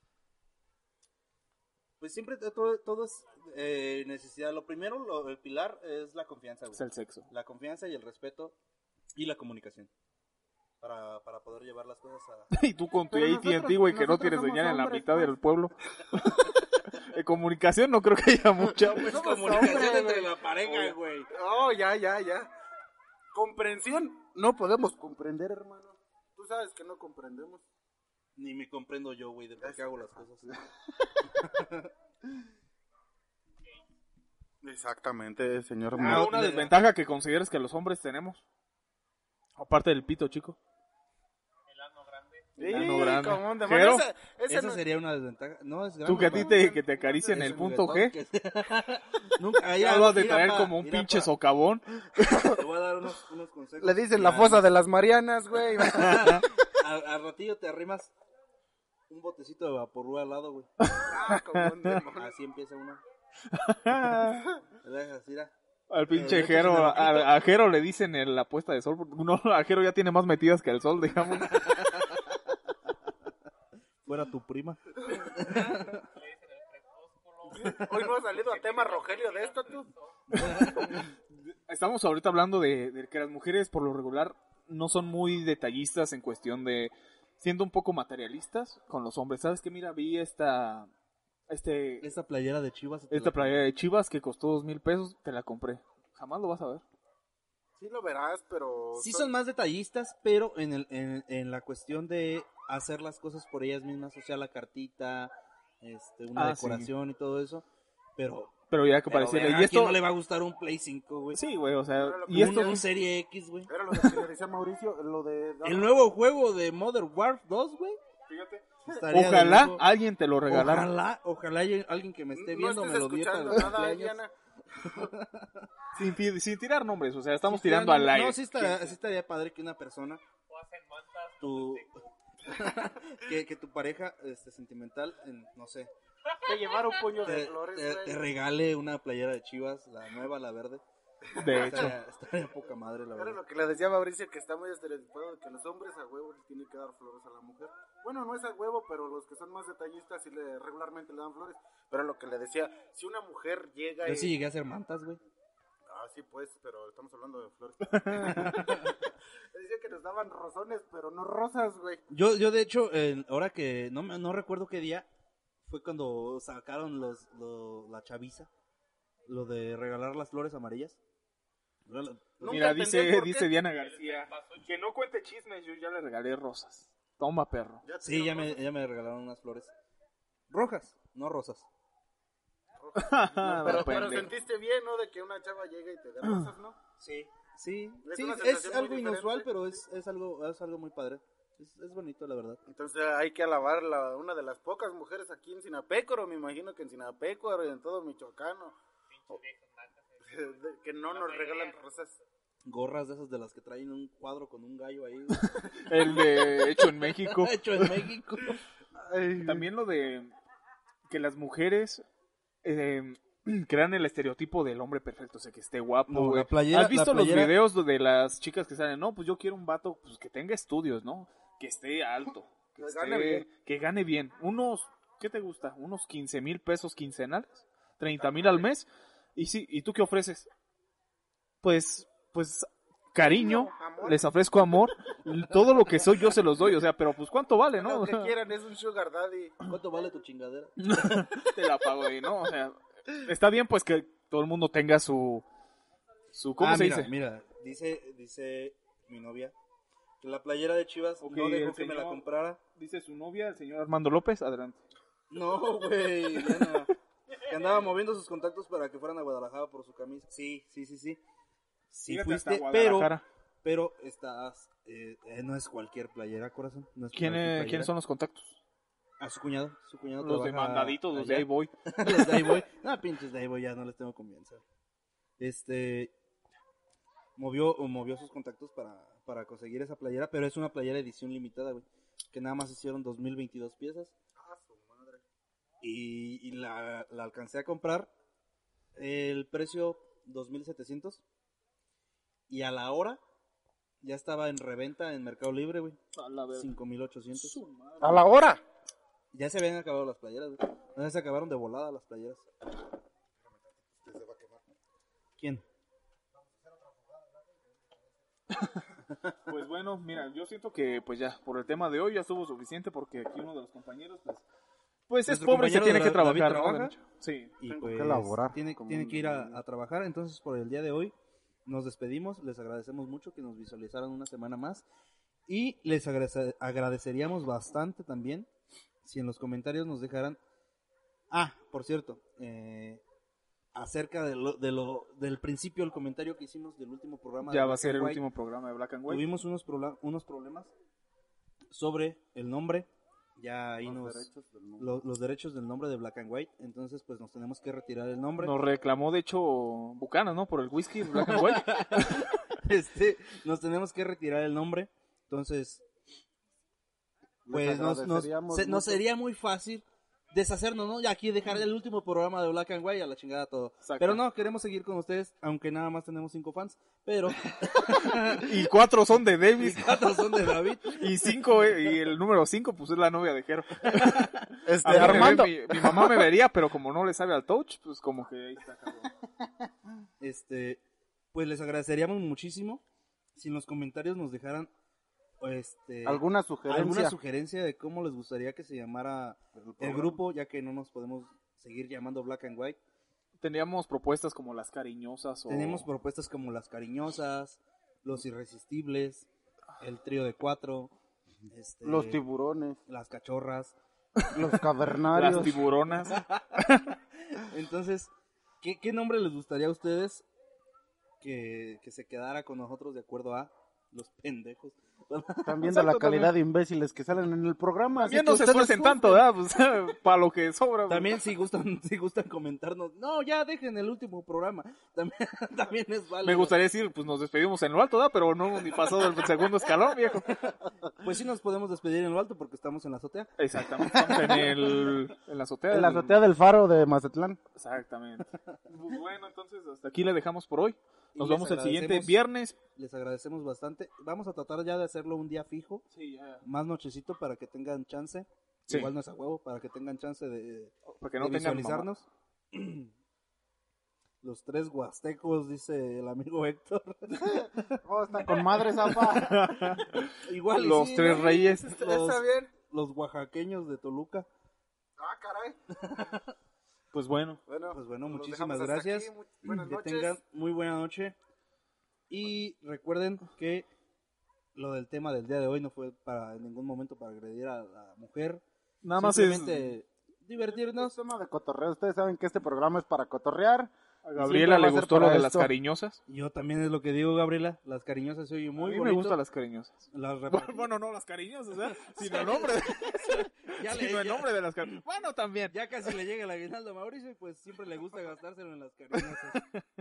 Pues siempre todo, todo es eh, necesidad. Lo primero, lo, el pilar es la confianza, güey. Es el sexo. La confianza y el respeto y la comunicación. Para, para poder llevar las cosas a... Y tú con tu Pero A T and T, güey, que no nosotros tienes somos señal en la hombres, mitad pues. del pueblo. De comunicación no creo que haya mucha. Pues Somos comunicación hombres, entre güey. la pareja, güey. Oh, ya, ya, ya. Comprensión. No podemos comprender, hermano. Tú sabes que no comprendemos. Ni me comprendo yo, güey, de por qué hago las cosas. Exactamente, señor. Ah, Mo- una desventaja que consideres que los hombres tenemos. Aparte del pito, chico. El ano grande. Sí, ano grande. como un demonio. Jero, Ese- ese Esa no- sería una desventaja. No, es grande. Tú que a ti pa. te, que te acaricien Es el un punto juguetón G. que- Nunca. Ya lo has de traer como un mira, pinche pa. socavón. Te voy a dar unos, unos consejos. Le dicen la Ya, fosa de las Marianas, güey. Al, al ratillo te arrimas un botecito de vaporú al lado, güey. Ah, como un demonio. Así empieza uno. Te dejas así, mira. Al pinche Eh, Jero, le echas en el a, a Jero le dicen en la puesta de sol. porque No, a Jero ya tiene más metidas que el sol, digamos. Fuera tu prima. Hoy no ha salido a tema Rogelio de esto, tú. Estamos ahorita hablando de, de que las mujeres por lo regular no son muy detallistas en cuestión de siendo un poco materialistas con los hombres. ¿Sabes qué? Mira, vi esta este Esta playera de Chivas. te esta la- playera de Chivas que costó dos mil pesos, te la compré. Jamás lo vas a ver. Sí lo verás, pero... Sí son más detallistas, pero en, el, en, en la cuestión de hacer las cosas por ellas mismas, o sea, la cartita, este, una Ah, sí. decoración y todo eso. Pero, Pero ya que pero pareciera. verá, Y ¿a quién esto no le va a gustar un Play cinco, güey? sí, güey, o sea, Pero lo que y esto un, un Serie X, güey. Era lo que le decía Mauricio, lo de... El nuevo juego de Modern Warfare dos, güey. Fíjate. estaría de ojalá lujo. alguien te lo regalara. Ojalá, ojalá haya alguien que me esté No viendo me estés lo diera para escuchando los nada, cumpleaños. Diana. Sin, ti- sin tirar nombres, o sea, estamos Sí, tirando no, al aire. No, sí estaría, sí estaría padre que una persona, O hacen mantas. tu, que, que tu pareja este, sentimental, en- no sé, Te llevar un puño de te, flores, te- güey. te regale una playera de Chivas, la nueva, la verde. De hecho, Estaría, estaría poca madre, la Era verdad. lo que le decía Mauricio, que está muy estereotipado, que los hombres a huevo le tienen que dar flores a la mujer. Bueno, no es a huevo, pero los que son más detallistas sí le, regularmente le dan flores. Pero lo que le decía, si una mujer llega Yo y... sí llegué a hacer mantas, güey. Ah, sí, pues, pero estamos hablando de flores. Le decía que nos daban rosones, pero no rosas, güey. Yo, yo de hecho, eh, ahora que no, me- no recuerdo qué día, fue cuando sacaron los, lo- la chaviza, lo de regalar las flores amarillas. Nunca mira, entendí dice, el por qué. dice Diana García, que no cuente chismes, yo ya le regalé rosas. Toma, perro. Ya te Sí, ya dieron me, rosas. ya me regalaron unas flores. Rojas, no rosas. Ah, Pero, no, pero pendejo. sentiste bien, ¿no? De que una chava llegue y te dé rosas, ¿no? Sí, sí, Es sí, una es sensación muy algo diferente. inusual, pero es, es algo es algo muy padre. Es, es bonito, la verdad. Entonces hay que alabar la, una de las pocas mujeres aquí en Sinapécoro, me imagino que en Sinapécoro y en todo Michoacano, de- que no nos regalan rosas. Gorras de esas de las que traen un cuadro con un gallo ahí. El de hecho en México. Hecho en México. También lo de que las mujeres eh, crean el estereotipo del hombre perfecto, o sea, que esté guapo, No, güey. la playera- ¿Has visto la playera- los videos de las chicas que salen? No, pues yo quiero un vato pues, que tenga estudios, ¿no? Que esté alto, que, Que esté- gane bien. que gane bien. Unos, ¿qué te gusta? Unos quince mil pesos quincenales, treinta mil al mes. Y sí, ¿y tú qué ofreces? Pues, pues, cariño, Amor. les ofrezco amor, todo lo que soy yo se los doy, o sea, pero pues ¿cuánto vale, no? Lo que quieran es un sugar daddy. ¿Cuánto vale tu chingadera? Te la pago ahí, ¿no? O sea, está bien pues que todo el mundo tenga su, su ¿cómo Ah, se mira, dice? Mira, dice, dice mi novia que la playera de Chivas Ok, no dejó el que me la señor- comprara. Dice su novia, el señor Armando López, adelante. No, güey, ya no. Que andaba moviendo sus contactos para que fueran a Guadalajara por su camisa. Sí, sí, sí, sí. Sí Fíjate, fuiste, hasta pero, Guadalajara. pero estás, eh, eh, no es cualquier playera, corazón. No es ¿Quién, cualquier eh, playera. ¿Quiénes son los contactos? A su cuñado, su cuñado Los de trabaja mandaditos, los de allá. ahí voy. Los de ahí voy. No, pinches de ahí voy, ya no les tengo confianza. Este, movió, movió sus contactos para, para conseguir esa playera, pero es una playera edición limitada, güey, que nada más hicieron dos mil veintidós piezas. Ah, su madre. Y, y la, la alcancé a comprar, el precio dos mil setecientos, y a la hora ya estaba en reventa en Mercado Libre, güey, A la verga. cinco mil ochocientos. ¿A la hora? Ya se habían acabado las playeras, güey. Ya se acabaron de volada las playeras. ¿Quién? Pues bueno, mira, yo siento que pues ya, por el tema de hoy ya estuvo suficiente porque aquí uno de los compañeros pues, pues es Nuestro pobre y se compañero tiene que de la- David trabajar, ¿no? trabaja. De hecho. Sí. Y Tengo pues que laborar, tiene, como tiene un- que ir a, a trabajar. Entonces, por el día de hoy, nos despedimos. Les agradecemos mucho que nos visualizaran una semana más. Y les agradece- agradeceríamos bastante también si en los comentarios nos dejaran. Ah, por cierto, eh, acerca de lo, de lo, del principio del comentario que hicimos del último programa. de Ya va a Black ser and el White, último programa de Black and White. Tuvimos unos, prola- unos problemas sobre el nombre. Ya ahí Los nos. derechos del nombre. lo- los derechos del nombre de Black and White. Entonces, pues nos tenemos que retirar el nombre. Nos reclamó, de hecho, Buchanan, ¿no? Por el whisky Black and White. este, nos tenemos que retirar el nombre. Entonces, pues Les nos, nos, agradeceríamos se- nos mucho. sería muy fácil deshacernos, ¿no? Y aquí dejar el último programa de Black and White a la chingada todo. Exacto. Pero no, queremos seguir con ustedes, aunque nada más tenemos cinco fans. Pero Y cuatro son de Davis. cuatro son de David. Y cinco, eh, y el número cinco, pues es la novia de Jero. Este, A mí me Armando. ve, mi, mi mamá me vería, pero como no le sabe al touch, pues como que ahí está, cabrón. Este, pues les agradeceríamos muchísimo si en los comentarios nos dejaran este ¿Alguna sugerencia? alguna sugerencia de cómo les gustaría que se llamara el grupo, ya que no nos podemos seguir llamando Black and White. Teníamos propuestas como las cariñosas o... Tenemos propuestas como las cariñosas, los irresistibles, el trío de cuatro, este, Los tiburones, las cachorras. los cavernarios. las tiburonas. Entonces, ¿qué, qué nombre les gustaría a ustedes que, que se quedara con nosotros de acuerdo a los pendejos? También de Exacto, la calidad de imbéciles que salen en el programa. así También que no se ustedes esfuercen juzguen. tanto, ¿verdad? Pues, para lo que sobra. pues. También si gustan, si gustan comentarnos, no, ya dejen el último programa. También, también es válido. Me gustaría decir, pues nos despedimos en lo alto, ¿verdad? Pero no hemos ni pasado el segundo escalón, viejo. Pues sí nos podemos despedir en lo alto porque estamos en la azotea. Exactamente. Estamos en, el, en la azotea. En la del- azotea del faro de Mazatlán. Exactamente. Pues bueno, entonces hasta aquí le dejamos por hoy. Nos Y les vemos el siguiente agradecemos- viernes. Les agradecemos bastante. Vamos a tratar ya de hacerlo un día fijo, Sí, ya. más nochecito para que tengan chance. Sí. Igual no es a huevo, para que tengan chance de, Para que de no tengan mamá. visualizarnos. Los tres huastecos, dice el amigo Héctor. Oh, está con madre, zapa. Igual y Los sí, tres ¿no? reyes. Los, los oaxaqueños de Toluca. Ah, caray. Pues bueno. Bueno, Pues bueno, los muchísimas dejamos hasta gracias. aquí. Mu- Buenas Que noches. tengan muy buena noche. Y recuerden que lo del tema del día de hoy no fue para en ningún momento para agredir a la mujer. Nada más es... Simplemente divertirnos. Es tema de cotorreo. Ustedes saben que este programa es para cotorrear. A Gabriela Siempre va le a ser gustó lo para de las esto. cariñosas. Yo también es lo que digo, Gabriela. Las cariñosas se oye muy a mí bonito. me gustan las cariñosas. Las rep- Bueno, no las cariñosas, ¿eh? Sino el nombre. De... Ya le- sino el ya- nombre de las cariñosas. Bueno, también. Ya casi le llega el aguinaldo a Mauricio y pues siempre le gusta gastárselo en las cariñosas.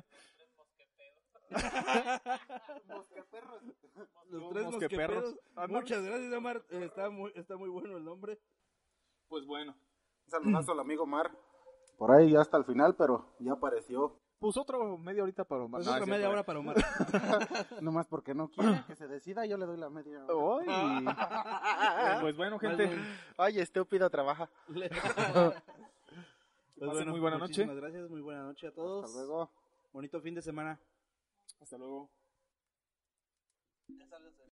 Los tres Mosqueperros. mosqueperros. Ándale. Muchas gracias, Omar. Eh, Está muy, está muy bueno el nombre. Pues bueno. Un saludazo al amigo Mar. Por ahí ya hasta el final, pero ya apareció. Pues otra media horita para Omar. Pues No, otra es media cierto, hora para Omar. Nomás porque no quiere que se decida, yo le doy la media hora. Ay. Pues bueno, gente. Ay, estúpido, trabaja. Pues pasen muy buena noche. Muchísimas gracias, muy buena noche a todos. Hasta luego. Bonito fin de semana. Hasta luego.